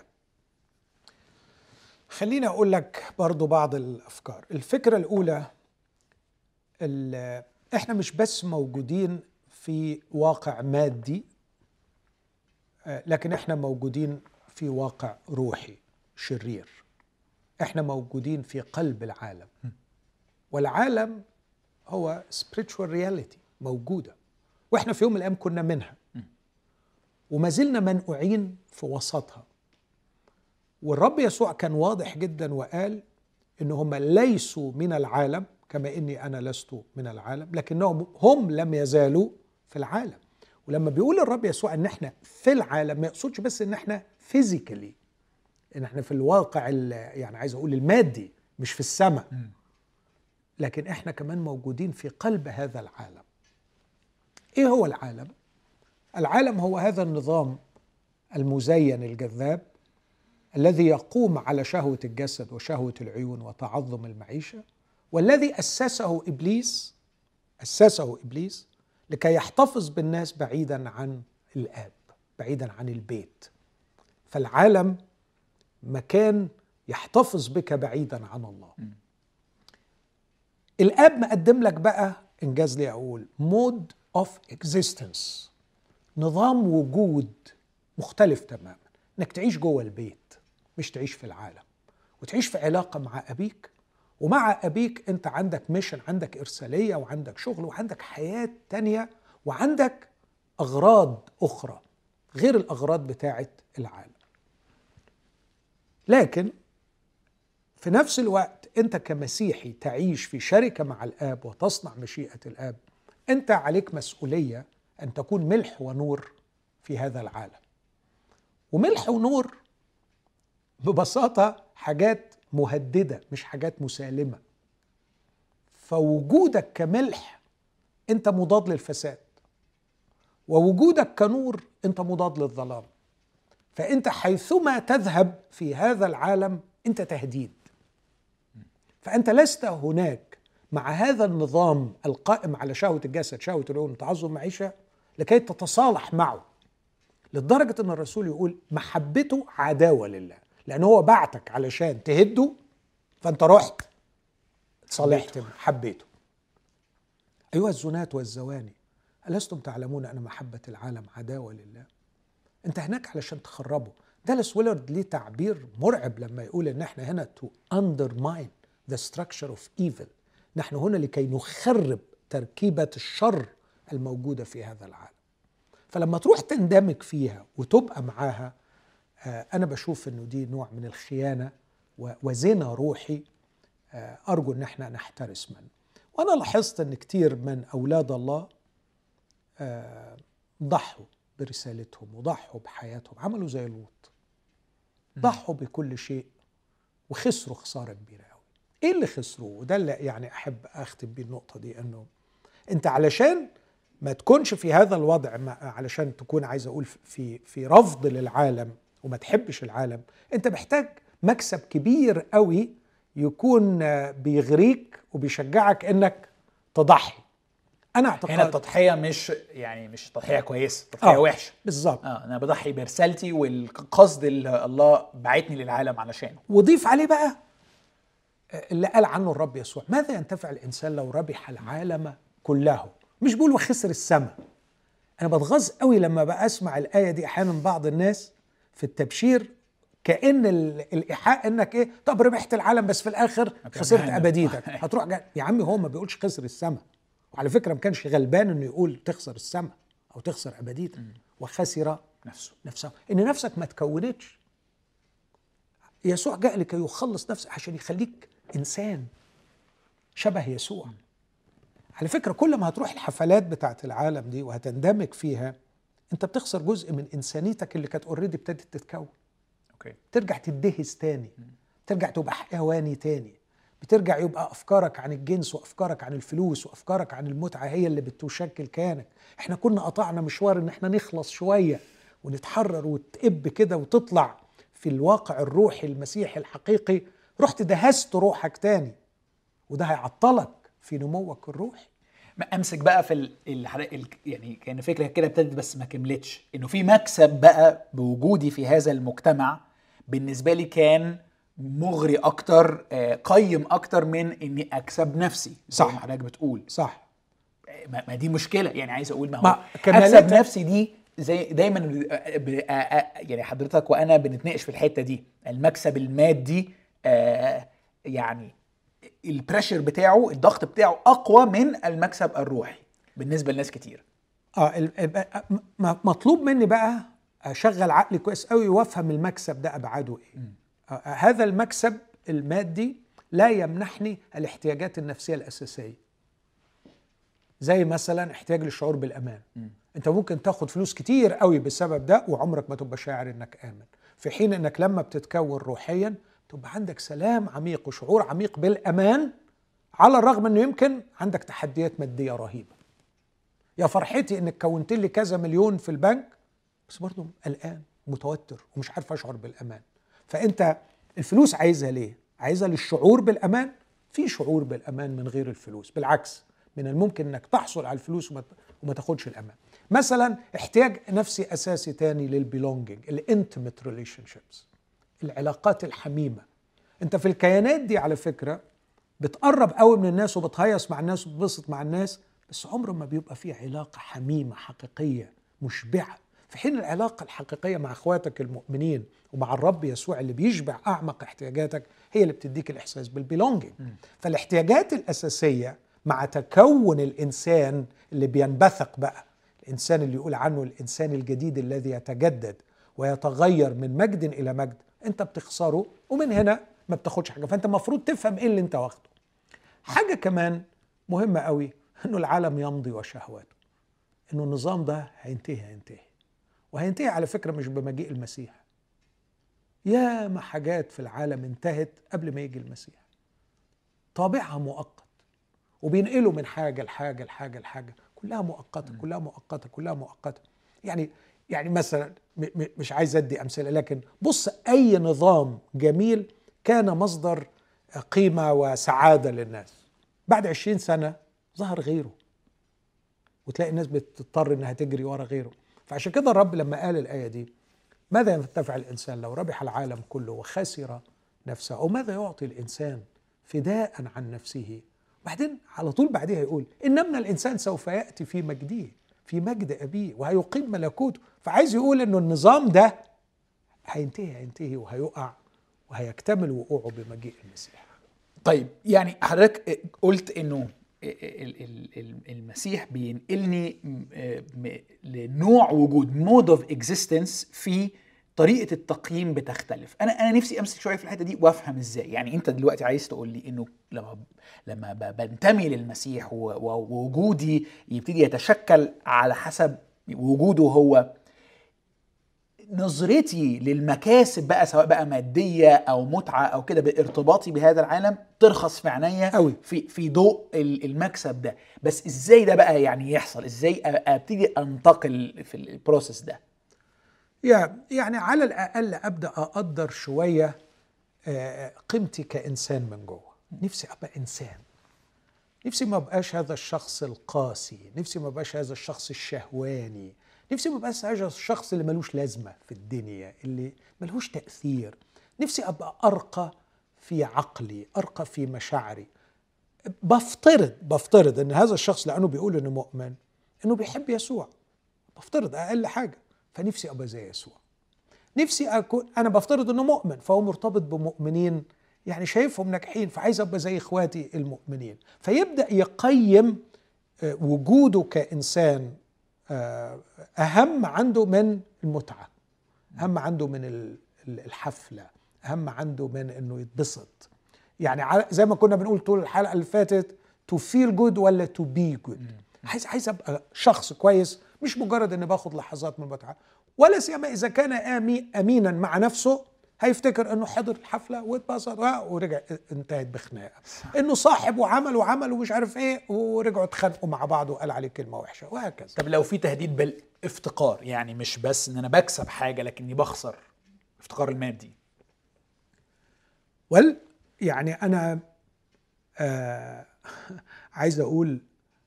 خليني اقول لك برضو بعض الافكار. الفكرة الاولى، احنا مش بس موجودين في واقع مادي، لكن احنا موجودين في واقع روحي شرير. احنا موجودين في قلب العالم، والعالم هو spiritual reality موجودة، واحنا في يوم من الايام كنا منها وما زلنا منقوعين في وسطها. والرب يسوع كان واضح جدا وقال انهم ليسوا من العالم كما اني انا لست من العالم، لكنهم هم لم يزالوا في العالم. ولما بيقول الرب يسوع ان احنا في العالم، ما يقصدش بس ان احنا فيزيكالي، ان احنا في الواقع يعني عايز اقول المادي، مش في السماء، لكن احنا كمان موجودين في قلب هذا العالم. ايه هو العالم؟ العالم هو هذا النظام المزين الجذاب الذي يقوم على شهوة الجسد وشهوة العيون وتعظم المعيشة، والذي أسسه إبليس أسسه إبليس لكي يحتفظ بالناس بعيدا عن الآب، بعيدا عن البيت. فالعالم مكان يحتفظ بك بعيدا عن الله. م. الآب مقدم لك بقى، إنجاز لي أقول، mode of existence، نظام وجود مختلف تماما، إنك تعيش جوه البيت مش تعيش في العالم، وتعيش في علاقة مع أبيك، ومع أبيك أنت عندك ميشن، عندك إرسالية، وعندك شغل، وعندك حياة تانية، وعندك أغراض أخرى غير الأغراض بتاعة العالم. لكن في نفس الوقت أنت كمسيحي تعيش في شركة مع الآب وتصنع مشيئة الآب. أنت عليك مسؤولية أن تكون ملح ونور في هذا العالم. وملح ونور ببساطة حاجات مهددة مش حاجات مسالمة. فوجودك كملح أنت مضاد للفساد، ووجودك كنور أنت مضاد للظلام. فأنت حيثما تذهب في هذا العالم أنت تهديد. فأنت لست هناك مع هذا النظام القائم على شهوة الجسد، شهوة العيون، تعظم معيشة، لكي تتصالح معه. لدرجة أن الرسول يقول محبته عداوة لله، لأنه هو بعتك علشان تهده، فأنت رحت صالحت حبيته. أيها الزنات والزواني، ألستم تعلمون أن محبة العالم عداوة لله؟ أنت هناك علشان تخربه. دالاس ويلارد ليه تعبير مرعب لما يقول إن احنا هنا to undermine the structure of evil، نحن هنا لكي نخرب تركيبة الشر الموجودة في هذا العالم. فلما تروح تندمج فيها وتبقى معاها، أنا بشوف إنه دي نوع من الخيانة وزنا روحي، أرجو إن احنا نحترس منه. وأنا لاحظت إن كتير من أولاد الله ضحوا برسالتهم وضحوا بحياتهم، عملوا زي لوط، ضحوا بكل شيء وخسروا خسارة كبيرة قوي. إيه اللي خسروه؟ وده اللي يعني أحب أختم بيه النقطة دي، إنه أنت علشان ما تكونش في هذا الوضع ما علشان تكون عايز اقول في في رفض للعالم وما تحبش العالم، انت محتاج مكسب كبير قوي يكون بيغريك وبيشجعك انك تضحي. انا اعتقد
هنا التضحيه مش يعني مش تضحيه كويسه، تضحيه
آه
وحشه
بالظبط.
اه انا بضحي برسالتي والقصد اللي الله بعتني للعالم علشانه.
وضيف عليه بقى اللي قال عنه الرب يسوع: ماذا ينتفع الانسان لو ربح العالم كله؟ مش بقول وخسر السماء. انا بتغاظ قوي لما بقى اسمع الايه دي احيانا بعض الناس في التبشير، كأن الإيحاء انك ايه، طب ربحت العالم بس في الاخر خسرت ابديتك، هتروح جا... يا عمي هو ما بيقولش خسر السماء، وعلى فكره ما كانش غلبان انه يقول تخسر السماء او تخسر ابديتك، وخسر
نفسه
نفسه ان نفسك ما تكونتش. يسوع جاء لكي يخلص نفسك عشان يخليك انسان شبه يسوع. على فكره كل ما هتروح الحفلات بتاعت العالم دي وهتندمج فيها، انت بتخسر جزء من انسانيتك اللي كانت اوريدي ابتدت تتكون.
اوكي
ترجع تدهس تاني، ترجع تبقى حيواني تاني، بترجع يبقى افكارك عن الجنس وافكارك عن الفلوس وافكارك عن المتعه هي اللي بتشكل كيانك. احنا كنا قطعنا مشوار ان احنا نخلص شويه ونتحرر وتقب كده وتطلع في الواقع الروحي المسيحي الحقيقي، رحت دهست روحك تاني، وده هيعطلك في نموك الروحي.
ما امسك بقى في ال... ال... يعني كان فكره كده ابتدت بس ما كملتش، انه في مكسب بقى بوجودي في هذا المجتمع بالنسبه لي كان مغري اكتر، قيم اكتر من اني اكسب نفسي.
صح،
زي ما حضرتك بتقول
صح.
ما دي مشكله، يعني عايز اقول ما هو
ما
اكسب نفسي دي زي دايما ب... يعني حضرتك وانا بنتناقش في الحته دي، المكسب المادي آه يعني البريشر بتاعه، الضغط بتاعه اقوى من المكسب الروحي بالنسبه لناس كتير.
اه مطلوب مني بقى اشغل عقلي كويس قوي وافهم المكسب ده ابعاده ايه. آه هذا المكسب المادي لا يمنحني الاحتياجات النفسيه الاساسيه، زي مثلا احتياج للشعور بالامان. م. انت ممكن تاخد فلوس كتير قوي بسبب ده وعمرك ما تبقى شاعر انك امن، في حين انك لما بتتكون روحيا تبقى عندك سلام عميق وشعور عميق بالامان، على الرغم انه يمكن عندك تحديات ماديه رهيبه. يا فرحتي انك كونت لي كذا مليون في البنك، بس برضه قلقان متوتر ومش عارف اشعر بالامان. فانت الفلوس عايزها ليه؟ عايزها للشعور بالامان؟ في شعور بالامان من غير الفلوس، بالعكس من الممكن انك تحصل على الفلوس وما وما تاخدش الامان. مثلا احتياج نفسي اساسي تاني للبيلونجينج، الانتيميت ريليشن شيبس، العلاقات الحميمه. انت في الكيانات دي على فكره بتقرب قوي من الناس وبتهيص مع الناس وبتبسط مع الناس، بس عمره ما بيبقى فيه علاقه حميمه حقيقيه مشبعه. في حين العلاقه الحقيقيه مع اخواتك المؤمنين ومع الرب يسوع اللي بيشبع اعمق احتياجاتك هي اللي بتديك الاحساس بالبيلونجينج. فالاحتياجات الاساسيه مع تكون الانسان اللي بينبثق بقى، الانسان اللي يقول عنه الانسان الجديد الذي يتجدد ويتغير من مجد الى مجد، انت بتخسره ومن هنا ما بتاخدش حاجه. فانت المفروض تفهم ايه اللي انت واخده. حاجه كمان مهمه قوي، انه العالم يمضي وشهواته، انه النظام ده هينتهي هينتهي وهينتهي على فكره مش بمجيء المسيح. يا ما حاجات في العالم انتهت قبل ما يجي المسيح، طابعها مؤقت، وبينقلوا من حاجه لحاجه لحاجه لحاجه، كلها مؤقته كلها مؤقته كلها مؤقته. يعني يعني مثلا مش عايز ادي امثله، لكن بص اي نظام جميل كان مصدر قيمه وسعاده للناس، بعد عشرين سنه ظهر غيره وتلاقي الناس بتضطر انها تجري ورا غيره. فعشان كده الرب لما قال الايه دي: ماذا ينتفع الانسان لو ربح العالم كله وخسر نفسه، او ماذا يعطي الانسان فداء عن نفسه؟ بعدين على طول بعدها يقول: ان ابن الانسان سوف ياتي في مجده في مجد ابيه وهيقيم ملكوته. فعايز يقول انه النظام ده هينتهي هينتهي وهيقع وهيكتمل وقوعه بمجيء المسيح.
طيب يعني حضرتك قلت انه المسيح بينقلني لنوع وجود مود اوف اكزيستنس، في طريقه التقييم بتختلف. انا انا نفسي امسك شويه في الحته دي وافهم ازاي. يعني انت دلوقتي عايز تقول لي انه لما لما بنتمي للمسيح ووجودي يبتدي يتشكل على حسب وجوده هو، نظرتي للمكاسب بقى سواء بقى ماديه او متعه او كده بارتباطي بهذا العالم ترخص في عينيا
قوي.
في في ضوء المكسب ده. بس ازاي ده بقى يعني يحصل؟ ازاي ابتدي انتقل في البروسيس ده؟
يعني على الاقل ابدا اقدر شويه قيمتي كانسان من جوه. نفسي ابقى انسان، نفسي ما بقاش هذا الشخص القاسي، نفسي ما بقاش هذا الشخص الشهواني، نفسي ما بقاش هذا الشخص اللي ملوش لازمة في الدنيا، اللي ملوش تأثير. نفسي أبقى أرقى في عقلي، أرقى في مشاعري. بفترض بفترض أن هذا الشخص لأنه بيقول أنه مؤمن أنه بيحب يسوع، بفترض أقل حاجة، فنفسي أبقى زي يسوع. نفسي أكون، أنا بفترض أنه مؤمن فهو مرتبط بمؤمنين يعني شايفهم ناجحين، فعايز أبقى زي إخواتي المؤمنين. فيبدأ يقيم وجوده كإنسان أهم عنده من المتعة، أهم عنده من الحفلة، أهم عنده من أنه يتبسط. يعني زي ما كنا بنقول طول الحلقة اللي فاتت to feel good ولا to be good. عايز عايز أبقى شخص كويس، مش مجرد أني باخد لحظات من المتعة. ولا سيما إذا كان آمي أمينا مع نفسه هيفتكر أنه حضر الحفلة واتبسط ورجع انتهت بخناقة، أنه صاحب وعمل وعمل ومش عارف إيه ورجعوا اتخانقوا مع بعض وقال عليه كلمة وحشة وهكذا.
طب لو في تهديد بالافتقار، يعني مش بس أن أنا بكسب حاجة لكني بخسر، افتقار المادي.
وال يعني أنا آه عايز أقول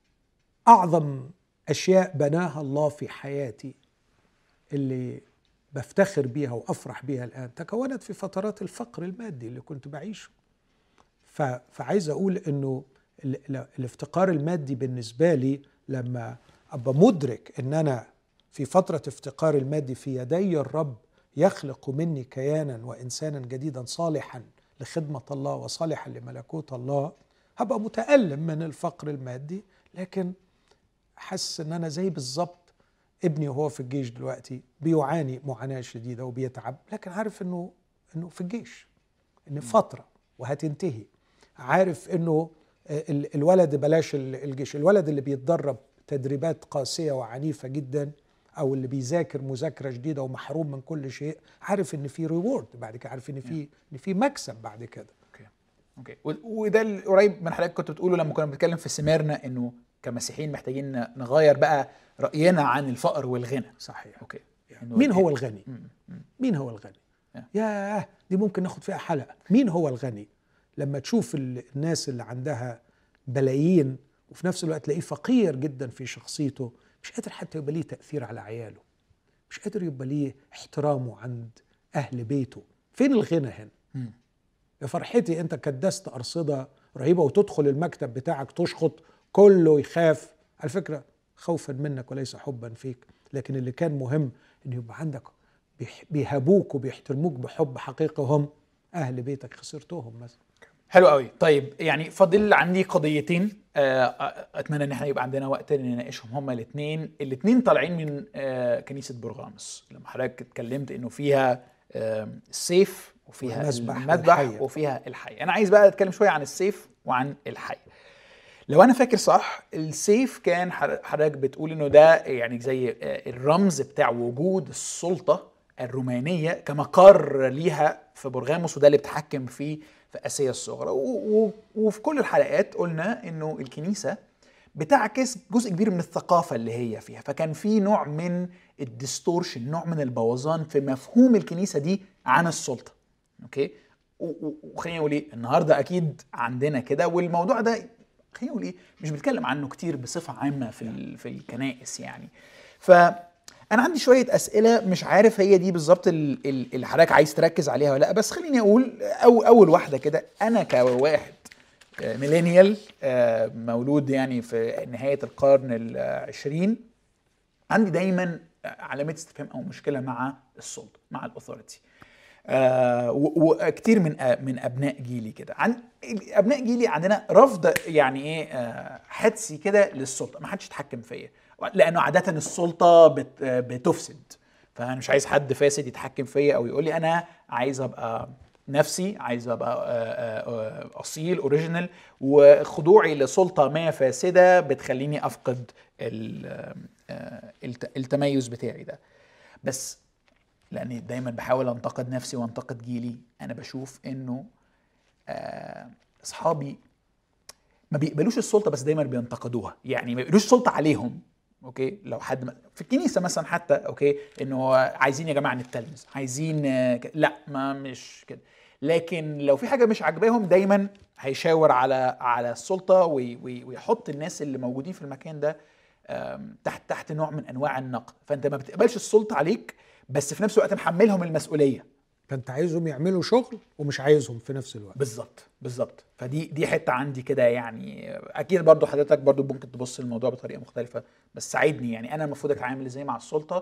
أعظم أشياء بناها الله في حياتي اللي بفتخر بيها وأفرح بيها الآن تكونت في فترات الفقر المادي اللي كنت بعيشه. فعايز أقول أنه الافتقار المادي بالنسبة لي لما أبقى مدرك أن أنا في فترة افتقار المادي في يدي الرب يخلق مني كيانا وإنسانا جديدا صالحا لخدمة الله وصالحا لملكوت الله، هبقى متألم من الفقر المادي، لكن حس أن أنا زي بالظبط ابني وهو في الجيش دلوقتي بيعاني معاناة شديدة وبيتعب، لكن عارف انه انه في الجيش، ان فترة وهتنتهي. عارف انه الولد بلاش الجيش، الولد اللي بيتدرب تدريبات قاسية وعنيفة جدا او اللي بيذاكر مذاكرة جديدة ومحروم من كل شيء، عارف ان في ريورد بعد كده، عارف ان في ان في مكسب بعد كده.
اوكي اوكي وده القريب من حضرتك كنت بتقوله لما كنا بنتكلم في سميرنا، انه كمسيحيين محتاجين نغير بقى رأينا عن الفقر والغنى.
صحيح.
اوكي.
مين هو الغني؟ مين هو الغني؟ ياه دي ممكن ناخد فيها حلقة. مين هو الغني؟ لما تشوف الناس اللي عندها بلايين وفي نفس الوقت تلاقيه فقير جدا في شخصيته، مش قادر حتى يبقى ليه تأثير على عياله، مش قادر يبقى ليه احترامه عند أهل بيته. فين الغنى هنا؟ م. يا فرحتي انت كدست أرصدة رهيبة وتدخل المكتب بتاعك تشخط كله يخاف، على فكرة خوفا منك وليس حبا فيك، لكن اللي كان مهم ان يبقى عندك بيهابوك وبيحترموك بحب حقيقي هم أهل بيتك، خسرتهم مثلا.
حلو قوي. طيب يعني فاضل عندي قضيتين اتمنى ان احنا يبقى عندنا وقت نناقشهم، هما الاثنين الاثنين طالعين من كنيسة برغاموس. لما حضرتك اتكلمت انه فيها السيف وفيها المذبح وفيها الحي، انا عايز بقى اتكلم شوية عن السيف وعن الحي. لو انا فاكر صح السيف كان حضرتك بتقول انه ده يعني زي الرمز بتاع وجود السلطة الرومانية كمقر ليها في برغاموس، وده اللي بتحكم فيه في آسيا الصغرى. وفي كل الحلقات قلنا انه الكنيسة بتعكس جزء كبير من الثقافة اللي هي فيها، فكان في نوع من الديستورشن، نوع من البوظان في مفهوم الكنيسة دي عن السلطة. اوكي، وخلينا نقول ايه النهارده اكيد عندنا كده، والموضوع ده خلينا نقول ايه مش بنتكلم عنه كتير بصفة عامة في في الكنائس يعني. فانا عندي شوية أسئلة مش عارف هي دي بالظبط اللي حضرتك عايز تركز عليها ولا لا، بس خليني اقول أو اول واحدة كده. انا كواحد ميلينيال مولود يعني في نهاية القرن العشرين، عندي دايما علامة استفهام او مشكلة مع السلطة، مع الاثوريتي. آه وكتير من آه من ابناء جيلي كده، عن ابناء جيلي عندنا رفض يعني ايه آه حدسي كده للسلطه، ما حدش يتحكم فيا، لانه عاده السلطه بت بتفسد، فانا مش عايز حد فاسد يتحكم فيا او يقول لي انا عايز ابقى نفسي، عايز ابقى آه آه اصيل اوريجينال، وخضوعي لسلطه ما فاسده بتخليني افقد التميز بتاعي ده. بس لاني دايما بحاول انتقد نفسي وانتقد جيلي، انا بشوف انه اصحابي ما بيقبلوش السلطه بس دايما بينتقدوها، يعني ما بيقبلوش السلطه عليهم. اوكي، لو حد في الكنيسه مثلا حتى، اوكي، انه عايزين يا جماعه نتلمذ، عايزين لا ما مش كده. لكن لو في حاجه مش عاجباهم دايما هيشاور على على السلطه ويحط الناس اللي موجودين في المكان ده تحت تحت نوع من انواع النقد. فانت ما بتقبلش السلطه عليك بس في نفس الوقت محملهم المسؤوليه.
فانت عايزهم يعملوا شغل ومش عايزهم في نفس الوقت.
بالظبط بالظبط. فدي دي حته عندي كده يعني. اكيد برضو حضرتك برضو ممكن تبص للموضوع بطريقه مختلفه، بس ساعدني يعني انا المفروض اتعامل ازاي مع السلطه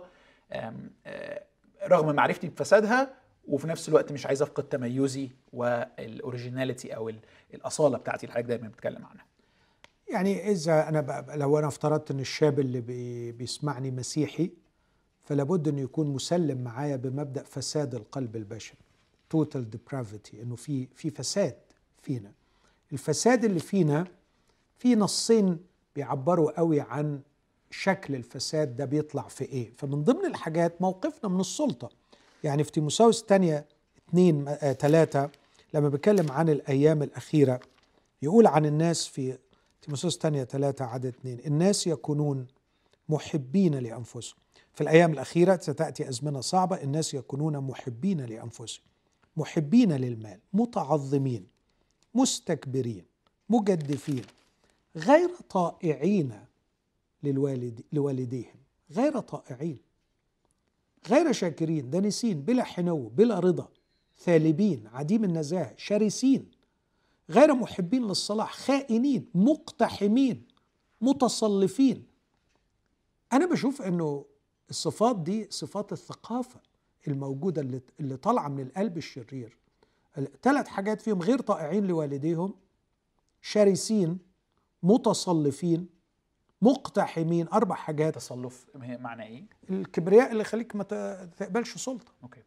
رغم معرفتي بفسادها، وفي نفس الوقت مش عايز افقد تميزي والاوريجيناليتي او الاصاله بتاعتي اللي حضرتك دايما بتتكلم عنها.
يعني اذا انا لو انا افترضت ان الشاب اللي بي بيسمعني مسيحي، فلا بد انه يكون مسلم معايا بمبدأ فساد القلب البشري، total depravity، انه في في فساد فينا. الفساد اللي فينا في نصين بيعبروا قوي عن شكل الفساد ده بيطلع في ايه. فمن ضمن الحاجات موقفنا من السلطة. يعني في تيموثاوس الثانية اتنين آه تلاتة لما بيتكلم عن الأيام الأخيرة يقول عن الناس في تيموثاوس الثانية تلاتة عدد اتنين: الناس يكونون محبين لأنفسهم. في الأيام الأخيرة ستأتي أزمنة صعبة، الناس يكونون محبين لأنفسهم، محبين للمال، متعظمين، مستكبرين، مجدفين، غير طائعين للوالد لوالديهم، غير طائعين، غير شاكرين، دانسين، بلا حنو، بلا رضا، ثالبين، عديم النزاهة، شرسين، غير محبين للصلاح، خائنين، مقتحمين، متصلفين. أنا بشوف أنه الصفات دي صفات الثقافة الموجودة اللي, اللي طالعة من القلب الشرير. ثلاث حاجات فيهم: غير طائعين لوالديهم، شرسين، متصلفين، مقتحمين. أربع حاجات.
تصلف معنى إيه؟
الكبرياء اللي يخليك ما تقبلش سلطة.
أوكي.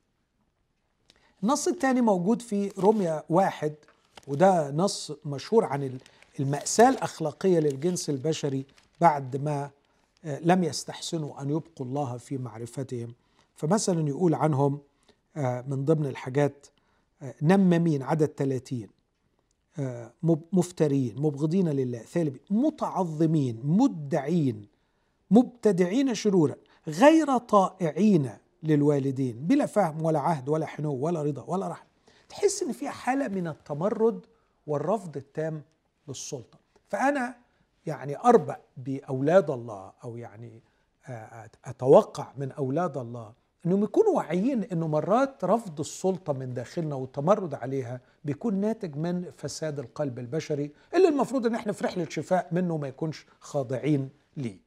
النص الثاني موجود في روميا واحد، وده نص مشهور عن المأساة الأخلاقية للجنس البشري بعد ما لم يستحسنوا أن يبقوا الله في معرفتهم. فمثلا يقول عنهم من ضمن الحاجات: نمامين، عدد ثلاثين، مفترين، مبغضين لله، ثالبين، متعظمين، مدعين، مبتدعين شرورا، غير طائعين للوالدين، بلا فهم ولا عهد ولا حنو ولا رضا ولا رحمة. تحس ان فيها حالة من التمرد والرفض التام للسلطة. فأنا يعني أربأ بأولاد الله، أو يعني أتوقع من أولاد الله أنهم يكونوا واعيين أنه مرات رفض السلطة من داخلنا والتمرد عليها بيكون ناتج من فساد القلب البشري اللي المفروض أن احنا في رحلة شفاء منه ما يكونش خاضعين ليه.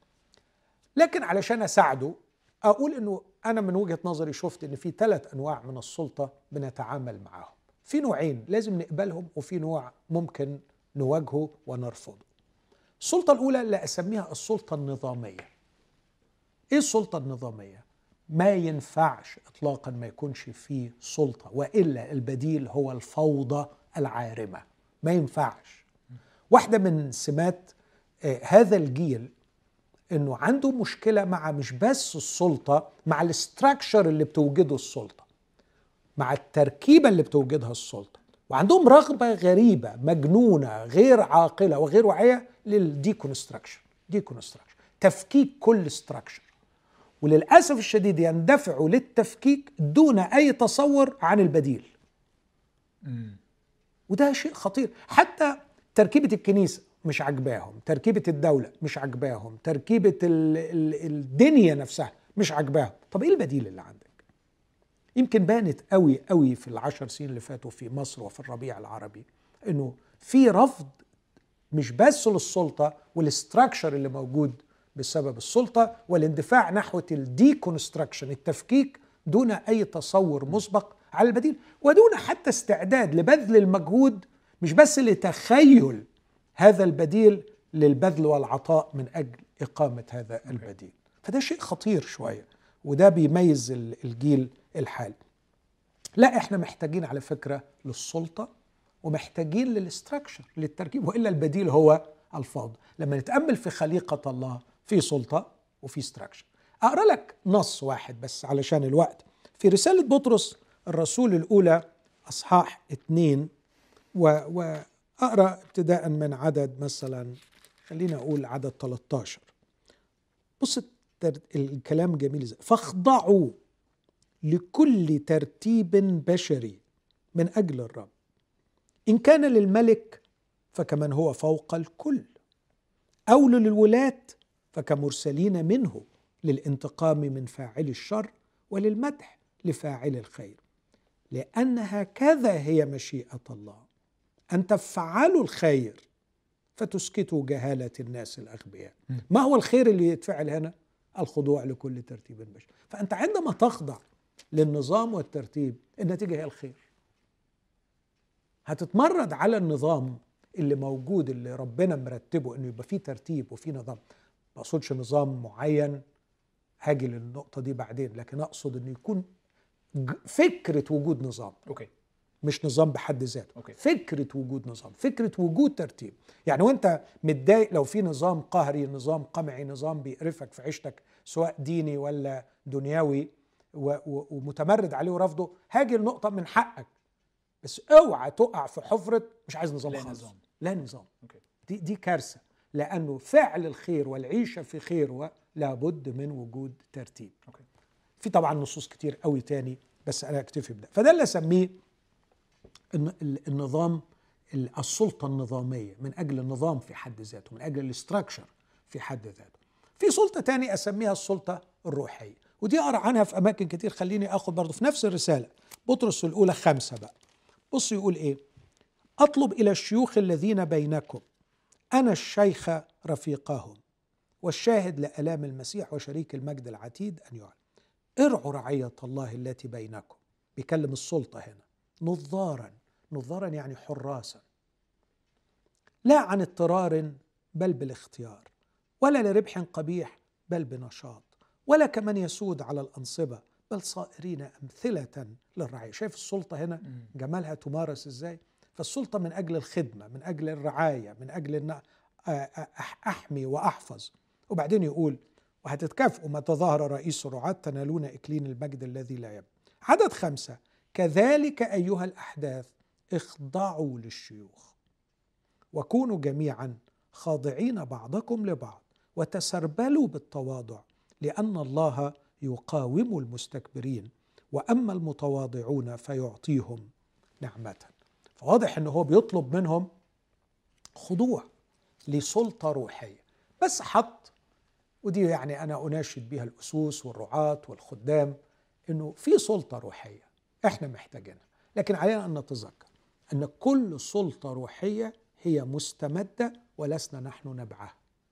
لكن علشان أساعده أقول أنه أنا من وجهة نظري شفت أن في ثلاث أنواع من السلطة بنتعامل معهم. في نوعين لازم نقبلهم، وفي نوع ممكن نواجهه ونرفضه. السلطة الأولى اللي أسميها السلطة النظامية. إيه السلطة النظامية؟ ما ينفعش إطلاقا ما يكونش فيه سلطة، وإلا البديل هو الفوضى العارمة. ما ينفعش. واحدة من سمات آه هذا الجيل إنه عنده مشكلة مع مش بس السلطة، مع الاستراكشر اللي بتوجده السلطة، مع التركيبة اللي بتوجدها السلطة، وعندهم رغبة غريبة مجنونة غير عاقلة وغير واعية للديكونستراكشن، ديكونستراكشن، تفكيك كل استراكشر. وللأسف الشديد يندفعوا للتفكيك دون أي تصور عن البديل. مم. وده شيء خطير. حتى تركيبة الكنيسة مش عجباهم، تركيبة الدولة مش عجباهم، تركيبة ال ال الدنيا نفسها مش عجباهم. طب إيه البديل اللي عندك؟ يمكن بانت قوي قوي في العشر سنين اللي فاتوا في مصر وفي الربيع العربي إنه في رفض مش بس للسلطة والاستراكشر اللي موجود بسبب السلطة، والاندفاع نحو الديكونستراكشن، التفكيك دون أي تصور مسبق على البديل، ودون حتى استعداد لبذل المجهود مش بس لتخيل هذا البديل، للبذل والعطاء من أجل إقامة هذا البديل. فده شيء خطير شوية، وده بيميز الجيل الحالي. لا، احنا محتاجين على فكرة للسلطة، ومحتاجين للاستراكشر، للتركيب، وإلا البديل هو الفوضى. لما نتأمل في خليقة الله في سلطة وفي استراكشر. أقرأ لك نص واحد بس علشان الوقت في رسالة بطرس الرسول الأولى أصحاح اتنين، وأقرأ ابتداء من عدد مثلا، خلينا أقول عدد ثلاثة عشر. بص الكلام جميل ازاي. فاخضعوا لكل ترتيب بشري من أجل الرب، إن كان للملك فكمن هو فوق الكل، أو للولاة فكمرسلين منه للانتقام من فاعل الشر وللمدح لفاعل الخير، لأن هكذا هي مشيئة الله، أن تفعلوا الخير فتسكتوا جهالة الناس الأغبياء. ما هو الخير اللي يتفعل هنا؟ الخضوع لكل ترتيب بشري. فأنت عندما تخضع للنظام والترتيب النتيجة هي الخير. هتتمرد على النظام اللي موجود، اللي ربنا مرتبه انه يبقى فيه ترتيب وفيه نظام. ما اقصدش نظام معين، هاجي للنقطة دي بعدين، لكن اقصد انه يكون فكرة وجود نظام.
اوكي.
مش نظام بحد ذاته.
أوكي.
فكرة وجود نظام، فكرة وجود ترتيب. يعني وانت متضايق لو في نظام قهري، نظام قمعي، نظام بيقرفك في عيشتك سواء ديني ولا دنيوي ومتمرد عليه ورفضه، هاجي النقطة من حقك، بس اوعى تقع في حفرة مش عايز نظام
لا
خالص.
نظام.
لا نظام.
أوكي.
دي دي كارثة، لأنه فعل الخير والعيشة في خير لابد من وجود ترتيب.
أوكي.
في طبعا نصوص كتير قوي تاني، بس أنا أكتفي بده. فده اللي أسميه النظام، السلطة النظامية، من أجل النظام في حد ذاته، من أجل الاستراكشر في حد ذاته. في سلطة تاني أسميها السلطة الروحية، ودي أقرأ عنها في أماكن كتير. خليني أخذ برضو في نفس الرسالة بطرس الأولى خمسة بقى. بص يقول إيه: أطلب إلى الشيوخ الذين بينكم، أنا الشيخ رفيقهم والشاهد لآلام المسيح وشريك المجد العتيد، أن يعلم ارعوا رعية الله التي بينكم. بيكلم السلطة هنا. نظارا، نظارا يعني حراسا، لا عن اضطرار بل بالاختيار، ولا لربح قبيح بل بنشاط، ولا كمن يسود على الأنصبة بل صائرين أمثلة للرعية. شايف السلطة هنا جمالها تمارس إزاي؟ فالسلطة من أجل الخدمة، من أجل الرعاية، من أجل أن أحمي وأحفظ. وبعدين يقول: وهتتكافئوا ما تظاهر رئيس الرعاة تنالون إكلين المجد الذي لا يبلى. عدد خمسة: كذلك أيها الأحداث اخضعوا للشيوخ وكونوا جميعا خاضعين بعضكم لبعض وتسربلوا بالتواضع، لأن الله يقاوم المستكبرين وأما المتواضعون فيعطيهم نعمة. فواضح أنه هو بيطلب منهم خضوع لسلطة روحية، بس حط، ودي يعني أنا أناشد بها الأسوس والرعاة والخدام، أنه في سلطة روحية إحنا محتاجينها، لكن علينا أن نتذكر أن كل سلطة روحية هي مستمدة ولسنا نحن نبعها.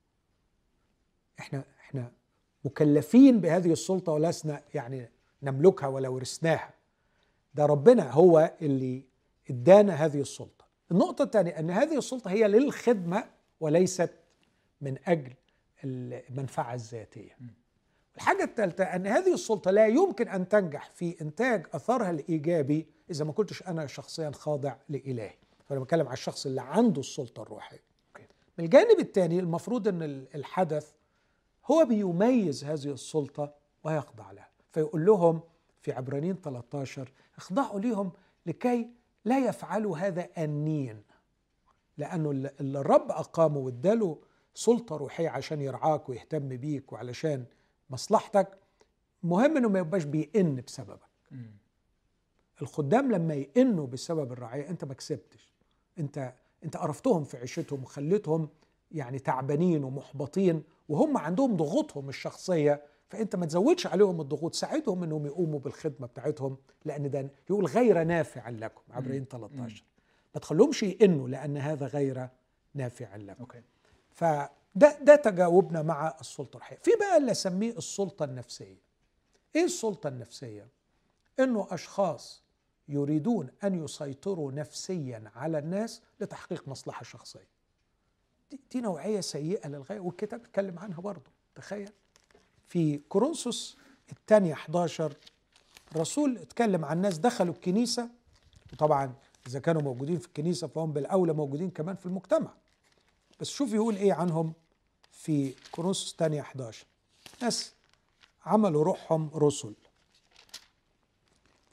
إحنا إحنا مكلفين بهذه السلطة ولسنا يعني نملكها ولا ورثناها. ده ربنا هو اللي ادانا هذه السلطة. النقطة الثانية أن هذه السلطة هي للخدمة وليست من أجل المنفعة الذاتية. الحاجة الثالثة أن هذه السلطة لا يمكن أن تنجح في إنتاج أثرها الإيجابي إذا ما كنتش أنا شخصيا خاضع لإلهي. فأنا بتكلم على الشخص اللي عنده السلطة الروحية. من الجانب الثاني المفروض أن الحدث هو بيميز هذه السلطة ويخضع لها، فيقول لهم في عبرانيين ثلاثة عشر: اخضعوا لهم لكي لا يفعلوا هذا أنين، لأنه اللي الرب أقامه واداله سلطة روحية عشان يرعاك ويهتم بيك وعلشان مصلحتك، مهم انه ما يبقاش بيئن بسببك. م. الخدام لما يئنوا بسبب الرعاية انت ما كسبتش، انت انت قرفتهم في عيشتهم وخليتهم يعني تعبانين ومحبطين، وهم عندهم ضغوطهم الشخصية، فانت ما تزودش عليهم الضغوط، ساعدهم انهم يقوموا بالخدمة بتاعتهم، لان ده يقول غير نافع لكم، عبرين ثلاثة عشر. م. ما تخليهمش يئنوا لان هذا غير نافع لكم. أوكي. فده ده تجاوبنا مع السلطة الروحية. في بقى اللي اسميه السلطة النفسية. ايه السلطة النفسية؟ انه اشخاص يريدون ان يسيطروا نفسيا على الناس لتحقيق مصلحة شخصية. دي, دي نوعية سيئة للغاية، والكتاب اتكلم عنها برضو. تخيل في كورنثوس الثانية أحد عشر الرسول اتكلم عن ناس دخلوا الكنيسة، وطبعا اذا كانوا موجودين في الكنيسة فهم بالاولى موجودين كمان في المجتمع، بس شوف يقول ايه عنهم في كورنثوس الثانية أحد عشر: ناس عملوا روحهم رسل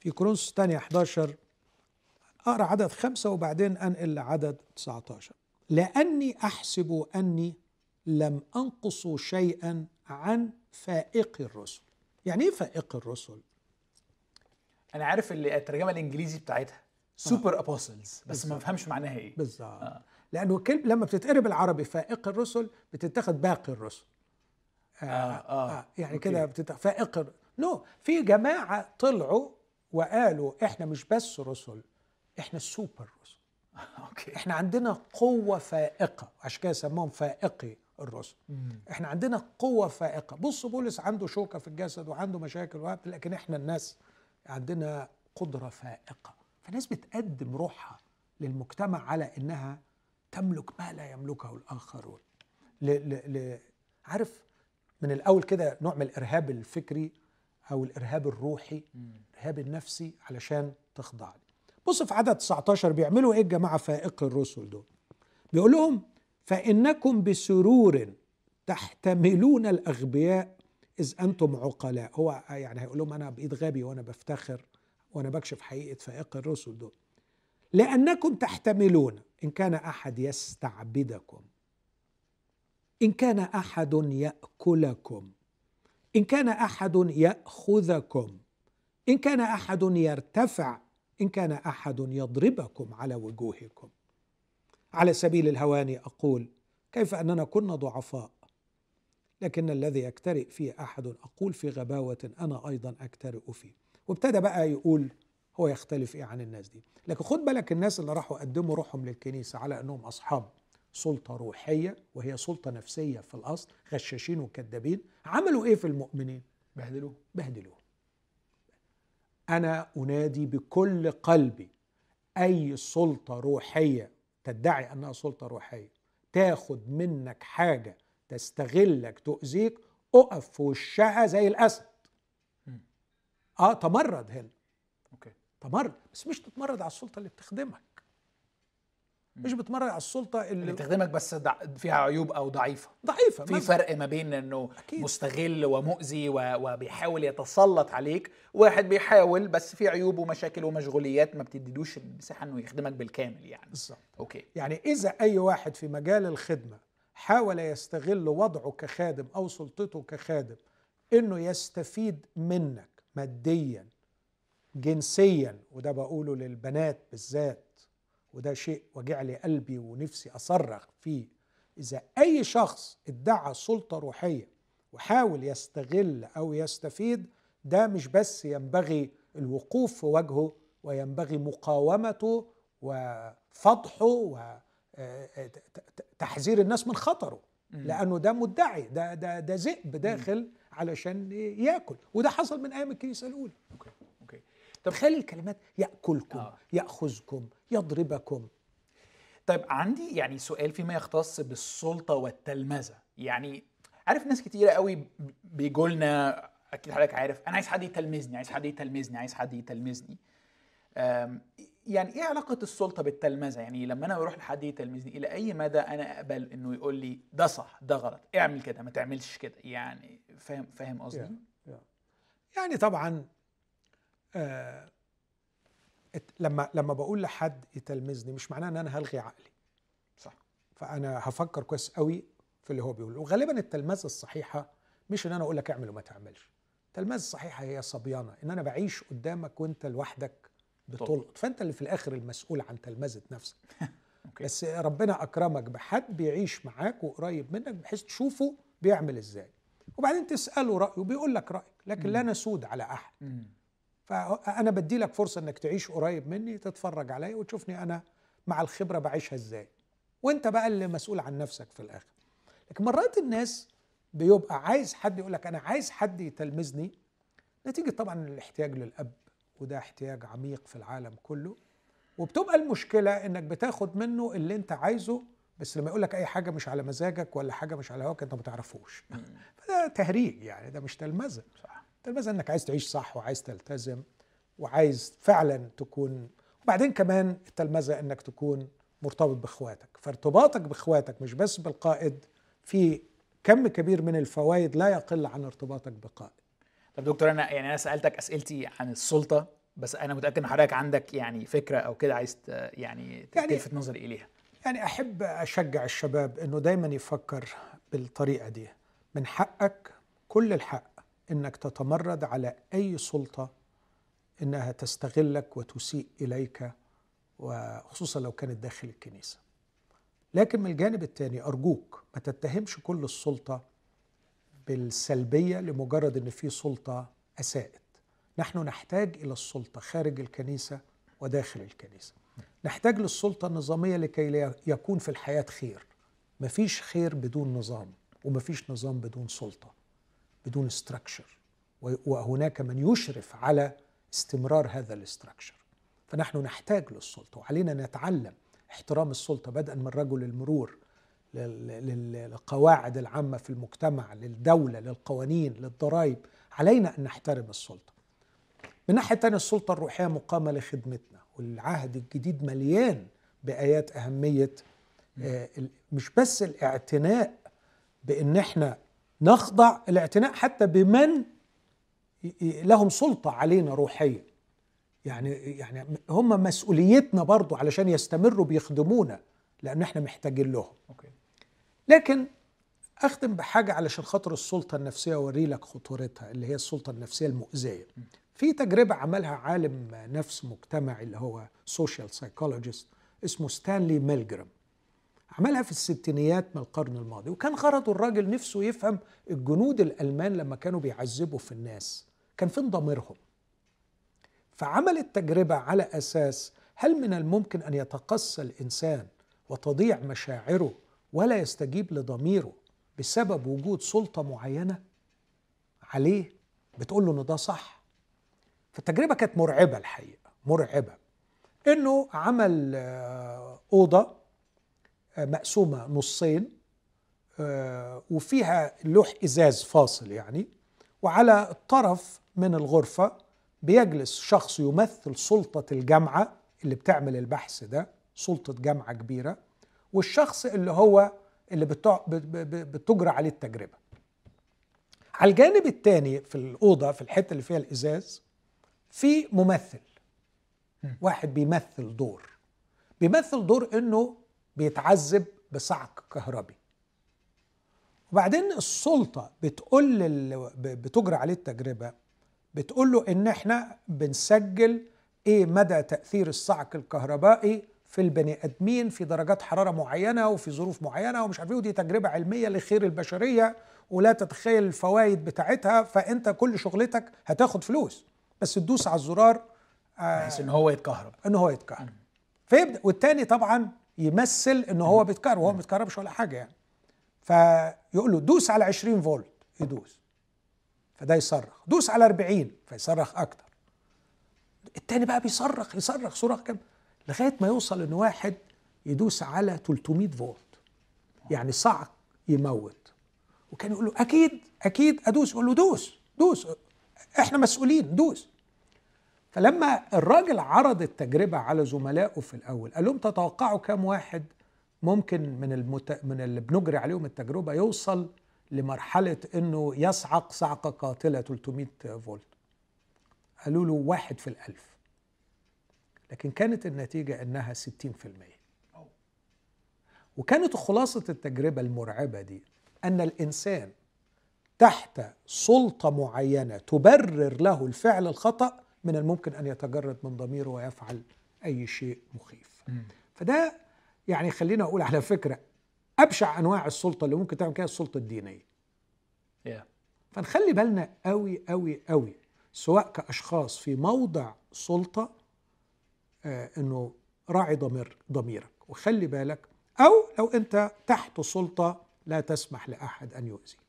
في كورنثوس الثانية أحد عشر أقرأ عدد خمسة وبعدين أنقل لعدد تسعة عشر. لأني أحسب أني لم أنقص شيئا عن فائق الرسل. يعني إيه فائق الرسل؟
انا عارف اللي الترجمه الانجليزي بتاعتها سوبر ابوستلز، بس ما بفهمش معناها ايه
بالظبط.
آه.
لأنه كلمة لما بتتقرب بالعربي فائق الرسل بتتاخد باقي الرسل. آه آه آه يعني كده بتتاخد فائق الر... نو في جماعة طلعوا وقالوا إحنا مش بس رسل، إحنا السوبر رسل.
اوكي.
احنا عندنا قوة فائقة، عشان كده سموهم فائقي الرسل.
مم.
احنا عندنا قوة فائقة. بص بولس عنده شوكة في الجسد وعنده مشاكل وقت، لكن احنا الناس عندنا قدرة فائقة. فالناس بتقدم روحها للمجتمع على انها تملك ما لا يملكه الاخرون. ل ل ل عارف من الاول كده نوع من الارهاب الفكري او الارهاب الروحي، الارهاب النفسي، علشان تخضع لي. بص في عدد تسعة عشر بيعملوا ايه الجماعه فائق الرسل دول؟ بيقول لهم فانكم بسرور تحتملون الاغبياء اذ انتم عقلاء. هو يعني هيقول لهم انا بايد غبي وانا بفتخر وانا بكشف حقيقه فائق الرسل دول. لانكم تحتملون ان كان احد يستعبدكم، ان كان احد ياكلكم، ان كان احد ياخذكم، ان كان احد يرتفع، إن كان أحد يضربكم على وجوهكم. على سبيل الهوان أقول كيف أننا كنا ضعفاء، لكن الذي يكترئ فيه أحد أقول في غباوة أنا أيضا أكترئ فيه. وابتدى بقى يقول هو يختلف إيه عن الناس دي. لكن خد بالك الناس اللي راحوا قدموا روحهم للكنيسة على أنهم أصحاب سلطة روحية وهي سلطة نفسية في الأصل، غشاشين وكذابين، عملوا إيه في المؤمنين؟
بهدلوه
بهدلوه. أنا أنادي بكل قلبي أي سلطة روحية تدعي أنها سلطة روحية تاخد منك حاجة تستغلك تؤذيك، أقف في وشها زي الأسد. آه تمرد هنا.
أوكي.
تمرد، بس مش تتمرد على السلطة اللي بتخدمك، مش بتمرد على السلطة اللي,
اللي بتخدمك بس دع... فيها عيوب أو ضعيفة.
ضعيفة.
في فرق ما بين انه
أكيد.
مستغل ومؤذي وبيحاول يتسلط عليك، واحد بيحاول بس في عيوب ومشاكل ومشغوليات ما بتديدوش المساحه انه يخدمك بالكامل يعني.
بالظبط.
اوكي.
يعني اذا اي واحد في مجال الخدمه حاول يستغل وضعه كخادم او سلطته كخادم انه يستفيد منك ماديا جنسيا، وده بقوله للبنات بالذات، وده شيء وجع لي قلبي ونفسي اصرخ فيه. إذا أي شخص ادعى سلطة روحية وحاول يستغل أو يستفيد، ده مش بس ينبغي الوقوف في وجهه، وينبغي مقاومته وفضحه وتحذير الناس من خطره، لأنه ده مدعي، ده ده ده ذئب داخل علشان يأكل. وده حصل من أيام الكنيسة الأولى.
أوكي. أوكي.
طب خلي الكلمات يأكلكم،
آه.
يأخذكم، يضربكم.
طيب عندي يعني سؤال فيما يختص بالسلطة والتلمذة. يعني عارف ناس كتيرة قوي بيقولنا، أكيد حضرتك عارف، أنا عايز حد يتلمذني، عايز حد يتلمذني، عايز حد يتلمذني. يعني إيه علاقة السلطة بالتلمذة؟ يعني لما أنا بروح لحد يتلمذني، إلى أي مدى أنا أقبل إنه يقول لي ده صح ده غلط، اعمل كده ما تعملش كده؟ يعني فاهم فاهم قصدي؟
yeah, yeah. يعني طبعا آه لما لما بقول لحد يتلمذني مش معناه ان انا هلغي عقلي.
صح.
فانا هفكر كويس قوي في اللي هو بيقوله. وغالبا التلمذه الصحيحه مش ان انا اقول لك اعمل وما تعملش. التلمذه الصحيحه هي صبيانه، ان انا بعيش قدامك وانت لوحدك بتلقط، فانت اللي في الاخر المسؤول عن تلمذه نفسك. بس ربنا اكرمك بحد بيعيش معاك وقريب منك بحيث تشوفه بيعمل ازاي، وبعدين تساله رايه وبيقول لك رايك، لكن م. لا نسود على احد. م. فأنا بدي لك فرصة أنك تعيش قريب مني، تتفرج علي وتشوفني أنا مع الخبرة بعيشها إزاي، وأنت بقى اللي مسؤول عن نفسك في الآخر. لكن مرات الناس بيبقى عايز حد يقول لك أنا عايز حد يتلمذني، نتيجة طبعا الاحتياج للأب، وده احتياج عميق في العالم كله. وبتبقى المشكلة أنك بتاخد منه اللي أنت عايزه، بس لما يقول لك أي حاجة مش على مزاجك ولا حاجة مش على هواك أنت ما تعرفوش. فده تهريج، يعني ده مش تلمذة. صح. تلمذة انك عايز تعيش صح وعايز تلتزم وعايز فعلا تكون. وبعدين كمان التلمذة انك تكون مرتبط باخواتك، فارتباطك باخواتك مش بس بالقائد، في كم كبير من الفوائد لا يقل عن ارتباطك بقائد.
طب دكتور، انا يعني انا سالتك اسئلتي عن السلطه بس انا متاكد ان حضرتك عندك يعني فكره او كده عايز ت- يعني
يعني-
تلفت نظري اليها.
يعني أحب أشجع الشباب أنه دايما يفكر بالطريقة دي. من حقك كل الحق أنك تتمرد على أي سلطة أنها تستغلك وتسيء إليك، وخصوصا لو كانت داخل الكنيسة. لكن من الجانب الثاني أرجوك ما تتهمش كل السلطة بالسلبية لمجرد أن في سلطة أساءت. نحن نحتاج إلى السلطة خارج الكنيسة وداخل الكنيسة. نحتاج للسلطة النظامية لكي يكون في الحياة خير. مفيش خير بدون نظام، ومفيش نظام بدون سلطة، بدون استراكشر، وهناك من يشرف على استمرار هذا الاستراكشر. فنحن نحتاج للسلطة، وعلينا نتعلم احترام السلطة بدءا من رجل المرور للقواعد العامة في المجتمع، للدولة، للقوانين، للضرائب. علينا أن نحترم السلطة. من ناحية تانية السلطة الروحية مقامة لخدمتنا، والعهد الجديد مليان بآيات أهمية آه مش بس الاعتناء بأن احنا نخضع، الاعتناء حتى بمن لهم سلطة علينا روحيا. يعني يعني هم مسؤوليتنا برضو علشان يستمروا بيخدمونا، لأن احنا محتاجين لهم.
أوكي.
لكن أختم بحاجة علشان خاطر السلطة النفسية وأوري لك خطورتها، اللي هي السلطة النفسية المؤذية. في تجربة عملها عالم نفس مجتمعي اللي هو سوشيال سايكولوجيست اسمه ستانلي ميلجرام. عملها في الستينيات من القرن الماضي، وكان غرضه الراجل نفسه يفهم الجنود الألمان لما كانوا بيعذبوا في الناس كان فين ضميرهم. فعمل التجربة على أساس هل من الممكن أن يتقصى الإنسان وتضيع مشاعره ولا يستجيب لضميره بسبب وجود سلطة معينة عليه بتقول له إنه ده صح. فالتجربة كانت مرعبة الحقيقة، مرعبة. إنه عمل أوضة مقسومة نصين وفيها لوح إزاز فاصل يعني، وعلى الطرف من الغرفة بيجلس شخص يمثل سلطة الجامعة اللي بتعمل البحث ده، سلطة جامعة كبيرة، والشخص اللي هو اللي بتجرى عليه التجربة. على الجانب الثاني في الأوضة في الحتة اللي فيها الإزاز في ممثل واحد بيمثل دور بيمثل دور إنه بيتعذب بصعق كهربي. وبعدين السلطة بتقول بتجرى عليه التجربة، بتقول له إن إحنا بنسجل إيه مدى تأثير الصعق الكهربائي في البني آدمين في درجات حرارة معينة وفي ظروف معينة ومش عارف ايه، ودي تجربة علمية لخير البشرية ولا تتخيل الفوائد بتاعتها، فأنت كل شغلتك هتاخد فلوس بس تدوس على الزرار
بحيث إن هو يتكهرب
إن هو يتكهرب. فيبدأ والتاني طبعا يمثل إن هو بيتكهرب وهو ما بيتكهربش ولا حاجة يعني. فيقول له دوس على عشرين فولت يدوس، فده يصرخ. دوس على أربعين فيصرخ أكتر. التاني بقى بيصرخ يصرخ صراخ كم لغاية ما يوصل إن واحد يدوس على ثلاثمائة فولت، يعني صعق يموت. وكان يقول له أكيد أكيد أدوس، يقول له دوس دوس إحنا مسؤولين دوس. فلما الراجل عرض التجربة على زملائه في الأول قال لهم تتوقعوا كم واحد ممكن من المت... من اللي بنجري عليهم التجربة يوصل لمرحلة إنه يصعق صعقة قاتلة ثلاثمائة فولت؟ قالوا له واحد في الألف. لكن كانت النتيجة إنها ستين في المية. وكانت خلاصة التجربة المرعبة دي أن الإنسان تحت سلطة معينة تبرر له الفعل الخطأ من الممكن أن يتجرد من ضميره ويفعل أي شيء مخيف. م. فده يعني خلينا أقول على فكرة أبشع أنواع السلطة اللي ممكن تعمل كده السلطة الدينية. yeah. فنخلي بالنا قوي قوي قوي سواء كأشخاص في موضع سلطة آه أنه راعي ضمير ضميرك وخلي بالك، أو لو أنت تحت سلطة لا تسمح لأحد أن يؤذيك.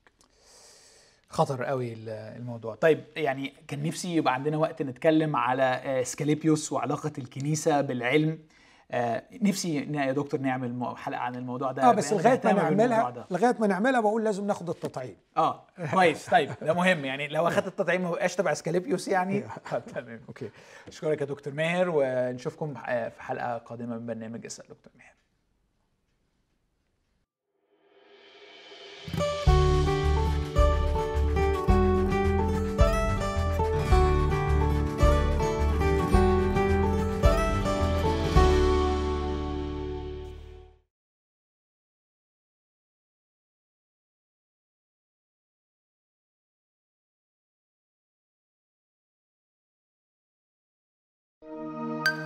خطر قوي الموضوع. طيب يعني كان نفسي يبقى عندنا وقت نتكلم على اسكاليبيوس وعلاقة الكنيسة بالعلم. نفسي يا دكتور نعمل حلقة عن الموضوع ده.
اه بس لغاية ما نعملها لغاية ما نعملها بقول لازم ناخد التطعيم.
اه كويس. طيب ده مهم، يعني لو اخدت التطعيم ما بقاش تبع اسكاليبيوس يعني. تمام اوكي. اشكرك يا دكتور ماهر، ونشوفكم في حلقة قادمة من برنامج اسأل دكتور ماهر.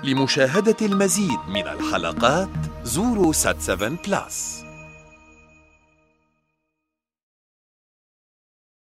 لمشاهدة المزيد من الحلقات زوروا سات سفن بلس.